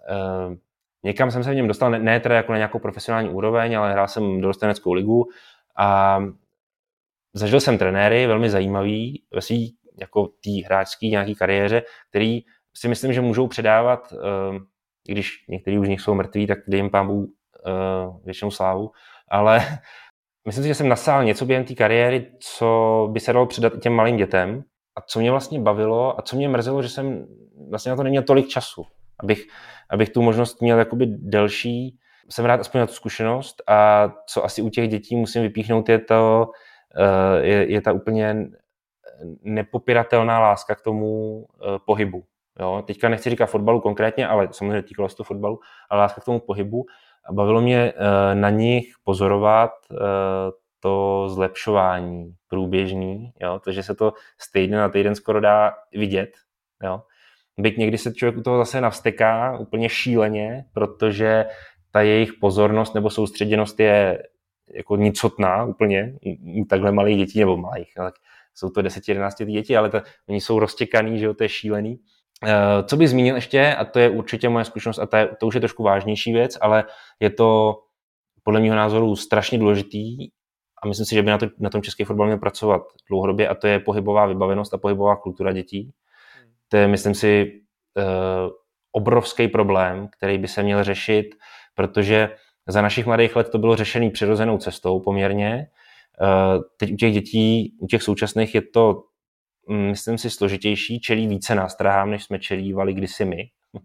někam jsem se v něm dostal, ne teda jako na nějakou profesionální úroveň, ale hrál jsem dorosteneckou ligu a zažil jsem trenéry, velmi zajímavý ve svý jako té hráčské nějaký kariéře, který si myslím, že můžou předávat, i když někteří už z nich jsou mrtví, tak dej jim Pán Bůh věčnou slávu, ale myslím si, že jsem nasál něco během té kariéry, co by se dalo předat i těm malým dětem a co mě vlastně bavilo a co mě mrzelo, že jsem vlastně na to neměl tolik času, abych tu možnost měl jakoby delší. Jsem rád aspoň na tu zkušenost a co asi u těch dětí musím vypíchnout je ta úplně nepopiratelná láska k tomu pohybu. Jo? Teďka nechci říkat fotbalu konkrétně, ale samozřejmě týkalo se to fotbalu, ale láska k tomu pohybu. A bavilo mě na nich pozorovat to zlepšování průběžný, jo? Takže se to z týdne na týden skoro dá vidět. Jo? Byť někdy se člověk u toho zase navsteká úplně šíleně, protože ta jejich pozornost nebo soustředěnost je jako nicotná úplně u takhle malých dětí, nebo malých, tak jsou to 10-11 děti, ale oni jsou roztěkaný, že jo, to je šílený. Co bych zmínil ještě, a to je určitě moje zkušenost, a to už je trošku vážnější věc, ale je to podle mého názoru strašně důležitý a myslím si, že by na tom český fotbal měl pracovat dlouhodobě, a to je pohybová vybavenost a pohybová kultura dětí. To je, myslím si, obrovský problém, který by se měl řešit, protože za našich mladých let to bylo řešený přirozenou cestou poměrně. Teď u těch dětí, u těch současných je to, myslím si, složitější, čelí více nástrahám, než jsme čelívali kdysi my.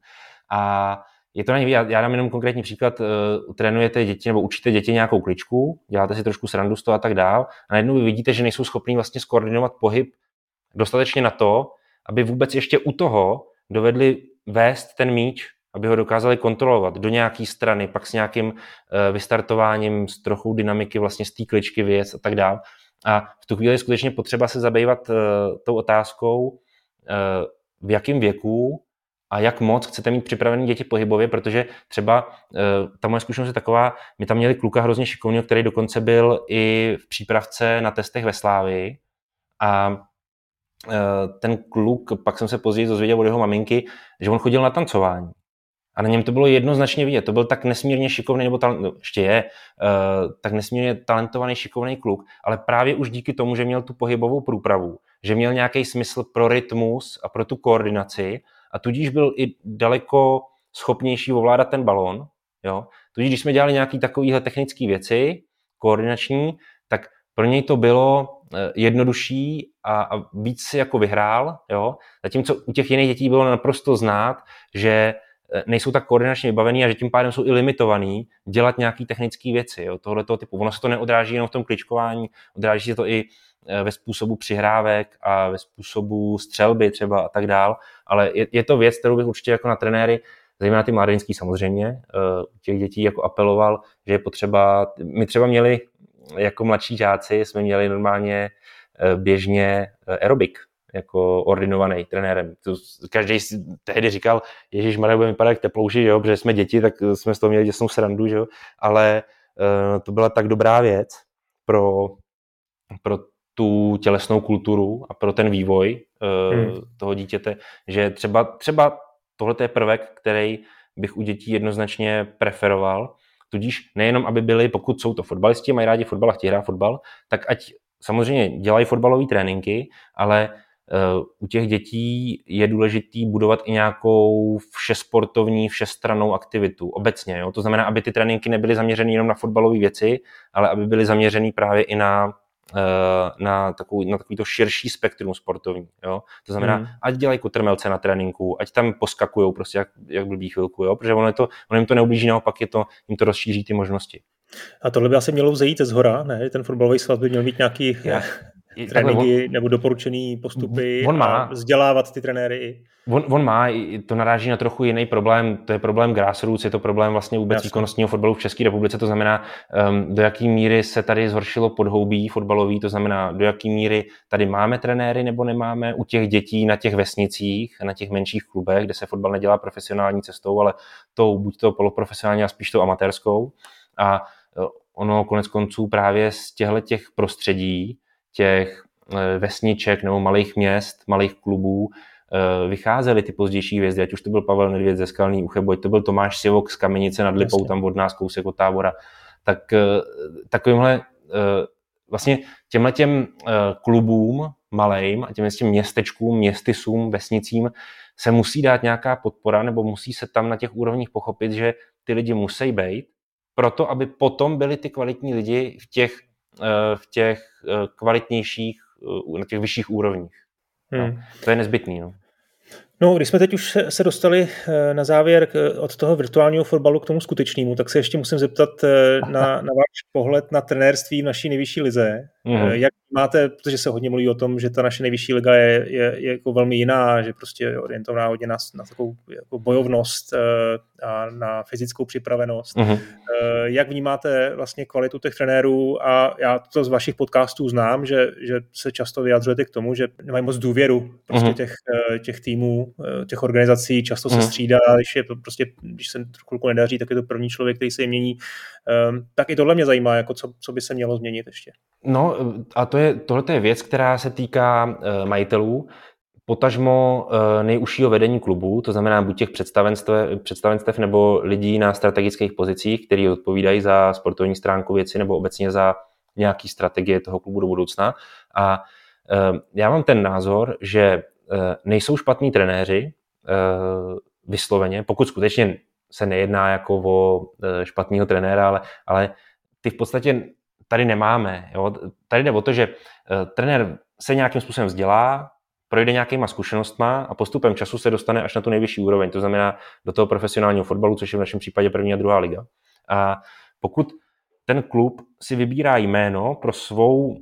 A je to na ně, já dám jenom konkrétní příklad, trénujete děti nebo učíte děti nějakou kličku, děláte si trošku srandu z toho a tak dál, a najednou vy vidíte, že nejsou schopní vlastně skoordinovat pohyb dostatečně na to, aby vůbec ještě u toho dovedli vést ten míč, aby ho dokázali kontrolovat do nějaké strany, pak s nějakým vystartováním, s trochou dynamiky vlastně z té kličky vyjet a tak dál. A v tu chvíli je skutečně potřeba se zabývat tou otázkou, v jakém věku a jak moc chcete mít připravený děti pohybově, protože třeba ta moje zkušenost je taková, my tam měli kluka hrozně šikovného, který dokonce byl i v přípravce na testech ve Slávii, a ten kluk, pak jsem se později dozvěděl od jeho maminky, že on chodil na tancování. A na něm to bylo jednoznačně vidět. To byl tak nesmírně šikovný, nebo ještě je, tak nesmírně talentovaný, šikovný kluk, ale právě už díky tomu, že měl tu pohybovou průpravu, že měl nějaký smysl pro rytmus a pro tu koordinaci, a tudíž byl i daleko schopnější ovládat ten balón. Jo? Tudíž, když jsme dělali nějaké takovéhle technické věci, koordinační, tak pro něj to bylo jednodušší a víc si jako vyhrál, jo? Zatímco u těch jiných dětí bylo naprosto znát, že nejsou tak koordinačně vybavený a že tím pádem jsou i limitovaný dělat nějaké technické věci, jo? Tohletoho typu. Ono se to neodráží jenom v tom kličkování, odráží se to i ve způsobu přihrávek a ve způsobu střelby třeba a tak dál, ale je to věc, kterou bych určitě jako na trenéry, zejména ty mládeňský samozřejmě, těch dětí jako apeloval, že je potřeba, my třeba měli jako mladší žáci, jsme měli normálně běžně aerobik, jako ordinovaný trenérem. Každý tehdy říkal, ježišmarja, budeme vypadat jak teplouši, jo, protože jsme děti, tak jsme z toho měli děsnou srandu, že jo, ale to byla tak dobrá věc pro tu tělesnou kulturu a pro ten vývoj toho dítěte, že třeba tohle je prvek, který bych u dětí jednoznačně preferoval, tudíž nejenom, aby byli, pokud jsou to fotbalisti, mají rádi fotbal a chtějí hrát fotbal, tak ať samozřejmě dělají fotbalové tréninky, ale u těch dětí je důležitý budovat i nějakou všesportovní, všestrannou aktivitu obecně. Jo? To znamená, aby ty tréninky nebyly zaměřeny jenom na fotbalové věci, ale aby byly zaměřeny právě i na takový to širší spektrum sportovní. Jo? To znamená, ať dělají kotrmelce na tréninku, ať tam poskakujou prostě jak blbý chvilku, jo? Protože ono jim to neublíží, naopak jim to rozšíří ty možnosti.
A tohle by asi mělo vzejít ze zhora, ne? Ten fotbalový svaz by měl mít nějaký tréninky nebo doporučený postupy a vzdělávat ty trenéry.
On má, to naráží na trochu jiný problém, to je problém grassroots, je to problém vlastně vůbec výkonnostního fotbalu v České republice, to znamená, do jaký míry se tady zhoršilo podhoubí fotbalový, to znamená, do jaký míry tady máme trenéry nebo nemáme u těch dětí na těch vesnicích, na těch menších klubech, kde se fotbal nedělá profesionální cestou, ale buď to poloprofesionální a spíš tou amatérskou. A ono konec konců právě z těch prostředí, těch vesniček nebo malých měst, malých klubů vycházely ty pozdější hvězdy, ať už to byl Pavel Nedvěd ze Skalní Uchebo, ať to byl Tomáš Sivok z Kamenice nad Lipou, tam od nás kousek od Tábora. Tak takovýmhle vlastně těmhletěm klubům malým a těm městečkům, městysům, vesnicím se musí dát nějaká podpora nebo musí se tam na těch úrovních pochopit, že ty lidi musí být, proto aby potom byli ty kvalitní lidi v těch kvalitnějších, na těch vyšších úrovních. No, to je nezbytný.
No, když jsme teď už se dostali na závěr od toho virtuálního fotbalu k tomu skutečnému, tak se ještě musím zeptat na váš pohled na trenérství v naší nejvyšší lize. Jak máte, protože se hodně mluví o tom, že ta naše nejvyšší liga je jako velmi jiná, že prostě je orientovaná hodně na takovou jako bojovnost a na fyzickou připravenost. Jak vnímáte vlastně kvalitu těch trenérů? A já to z vašich podcastů znám, že se často vyjadřujete k tomu, že nemají moc důvěru prostě těch týmů, těch organizací, často se střídá, když se chvilku nedaří, tak je to první člověk, který se jim mění. Tak i tohle mě zajímá, jako co by se mělo změnit ještě.
No a tohle je věc, která se týká majitelů, potažmo nejužšího vedení klubu, to znamená buď těch představenstev nebo lidí na strategických pozicích, kteří odpovídají za sportovní stránku věci nebo obecně za nějaký strategie toho klubu do budoucna. A já mám ten názor, že nejsou špatní trenéři vysloveně, pokud skutečně se nejedná jako o špatného trenéra, ale ty v podstatě tady nemáme. Jo? Tady jde o to, že trenér se nějakým způsobem vzdělá, projde nějakýma zkušenostma a postupem času se dostane až na tu nejvyšší úroveň, to znamená do toho profesionálního fotbalu, což je v našem případě první a druhá liga. A pokud ten klub si vybírá jméno pro svou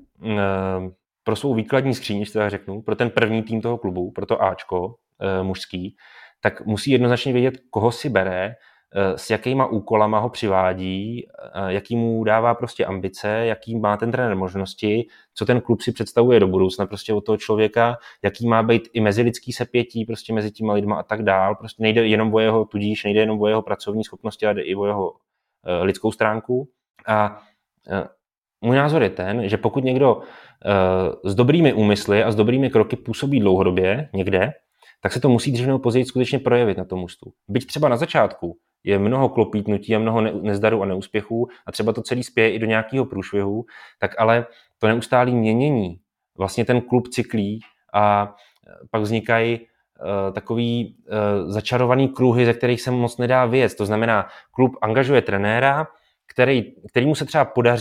výkladní skříň, když to tak řeknu, pro ten první tým toho klubu, pro to Ačko mužský, tak musí jednoznačně vědět, koho si bere, s jakýma úkolama ho přivádí, jaký mu dává prostě ambice, jaký má ten trenér možnosti, co ten klub si představuje do budoucna prostě od toho člověka, jaký má být i mezilidský sepětí prostě mezi těma lidma a tak dál. Prostě nejde jenom o jeho pracovní schopnosti, ale jde i o jeho lidskou stránku. A můj názor je ten, že pokud někdo s dobrými úmysly a s dobrými kroky působí dlouhodobě někde, tak se to musí dřív nebo později skutečně projevit na tom mužstvu. Byť třeba na začátku je mnoho klopítnutí a mnoho nezdarů a neúspěchů a třeba to celý spěje i do nějakého průšvihu, tak ale to neustálé měnění, vlastně ten klub cyklí a pak vznikají takový začarovaný kruhy, ze kterých se moc nedá vyjet. To znamená, klub angažuje trenéra, kterýmu se třeba podaří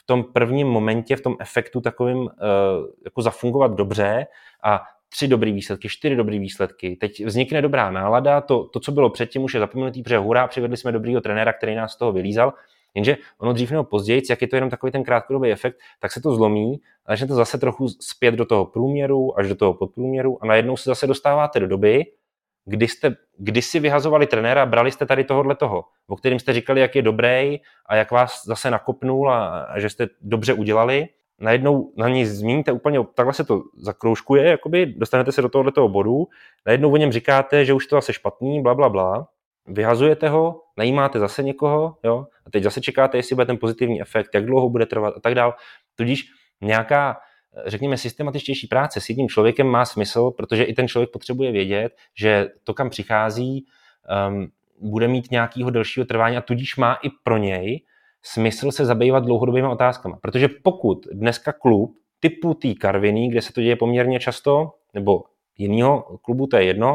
v tom prvním momentě, v tom efektu takovým jako zafungovat dobře a 3 dobrý výsledky, 4 dobrý výsledky. Teď vznikne dobrá nálada, to, co bylo předtím, už je zapomenutý, protože hurá, přivedli jsme dobrýho trenéra, který nás z toho vylízal, jenže ono dřív nebo později, jak je to jenom takový ten krátkodobý efekt, tak se to zlomí, a začne to zase trochu zpět do toho průměru, až do toho podprůměru a najednou se zase dostáváte do doby, kdy jste kdysi vyhazovali trenéra, brali jste tady toho, o kterým jste říkali, jak je dobrý a jak vás zase nakopnul a že jste dobře udělali. Najednou na něj zmíníte úplně, takhle se to zakroužkuje, jakoby, dostanete se do tohoto bodu, najednou o něm říkáte, že už to asi špatný, blablabla, vyhazujete ho, najímáte zase někoho, jo, a teď zase čekáte, jestli bude ten pozitivní efekt, jak dlouho bude trvat a tak dál. Tudíž nějaká, řekněme, systematičtější práce s jedním člověkem má smysl, protože i ten člověk potřebuje vědět, že to, kam přichází, bude mít nějakého delšího trvání a tudíž má i pro něj smysl se zabývat dlouhodobými otázkami. Protože pokud dneska klub typu té Karviní, kde se to děje poměrně často, nebo jinýho klubu, to je jedno,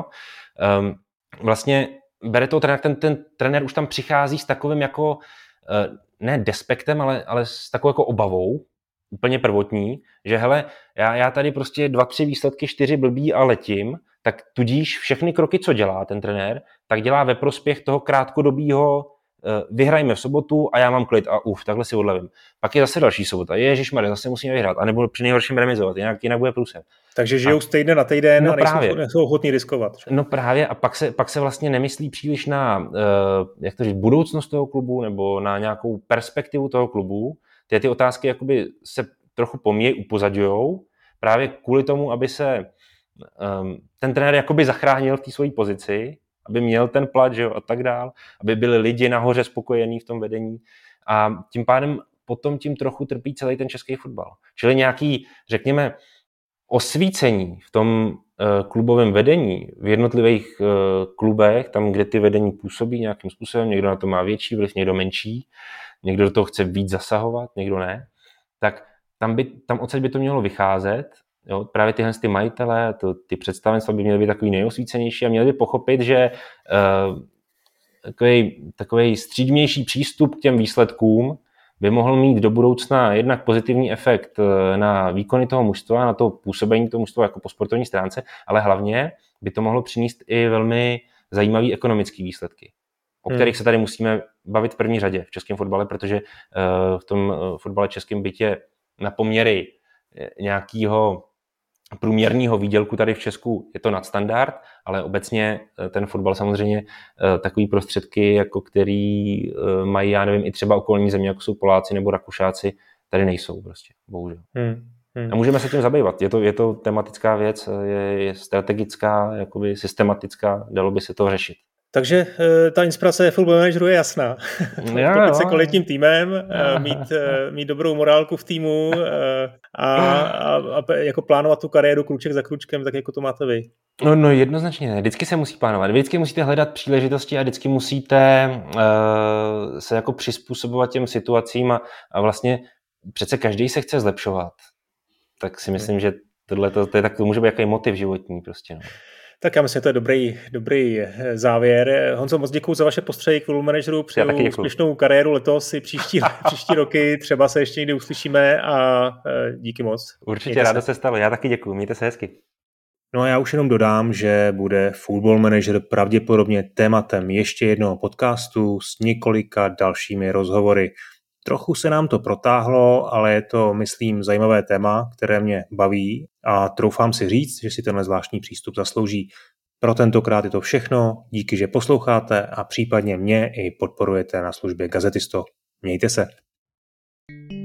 vlastně bere toho trenéra, ten trenér už tam přichází s takovým jako, ne despektem, ale s takovou jako obavou, úplně prvotní, že hele, já tady prostě 2-3 výsledky, 4 blbý a letím, tak tudíž všechny kroky, co dělá ten trenér, tak dělá ve prospěch toho krátkodobýho vyhrajme v sobotu a já mám klid a takhle si odlevím. Pak je zase další sobota. Ježišmarja, zase musíme vyhrát a nebo při nejhorším remizovat, jinak bude průser.
Takže žijou z týdne na týden a nejsou ochotní riskovat.
No právě a pak se vlastně nemyslí příliš na jak to říct, budoucnost toho klubu nebo na nějakou perspektivu toho klubu. Ty otázky jakoby se trochu pomíjejí, upozadujou právě kvůli tomu, aby se ten trenér jakoby zachránil v té své pozici, aby měl ten plat, že jo, a tak dál, aby byli lidi nahoře spokojení v tom vedení a tím pádem potom tím trochu trpí celý ten český fotbal. Čili nějaký, řekněme, osvícení v tom klubovém vedení, v jednotlivých klubech, tam, kde ty vedení působí nějakým způsobem, někdo na to má větší vliv, někdo menší, někdo do toho chce víc zasahovat, někdo ne, tak tam odsaď by to mělo vycházet. Jo, právě tyhle ty majitele, ty představenstva by měly být takový nejosvícenější a měli by pochopit, že takový střídmější přístup k těm výsledkům by mohl mít do budoucna jednak pozitivní efekt na výkony toho mužstva, na to působení toho mužstva jako po sportovní stránce, ale hlavně by to mohlo přinést i velmi zajímavé ekonomické výsledky, o kterých se tady musíme bavit v první řadě v českém fotbale, protože v tom fotbale českém bytě na poměry nějakého průměrného výdělku tady v Česku je to nadstandard, ale obecně ten fotbal samozřejmě takový prostředky, jako který mají, já nevím, i třeba okolní země, jako jsou Poláci nebo Rakušáci, tady nejsou prostě, bohužel. A můžeme se tím zabývat. Je to tematická věc, je strategická, jakoby systematická, dalo by se to řešit.
Takže ta inspirace football manageru je jasná. Kopit se kvalitním týmem, mít dobrou morálku v týmu a jako plánovat tu kariéru kruček za kručkem, tak jako to máte vy.
No jednoznačně ne. Vždycky se musí plánovat. Vždycky musíte hledat příležitosti a vždycky musíte se jako přizpůsobovat těm situacím a vlastně přece každý se chce zlepšovat. Tak si myslím, že tohle to může být jaký motiv životní prostě. No.
Tak já myslím, že to je dobrý závěr. Honzo, moc děkuju za vaše postřehy k football manageru. Přeju úspěšnou kariéru letos i příští roky. Třeba se ještě někdy uslyšíme a díky moc.
Určitě rádo se stalo. Já taky děkuju. Mějte se hezky.
No a já už jenom dodám, že bude Football Manager pravděpodobně tématem ještě jednoho podcastu s několika dalšími rozhovory. Trochu se nám to protáhlo, ale je to, myslím, zajímavé téma, které mě baví a troufám si říct, že si tenhle zvláštní přístup zaslouží. Pro tentokrát je to všechno, díky, že posloucháte a případně mě i podporujete na službě Gazetisto. Mějte se.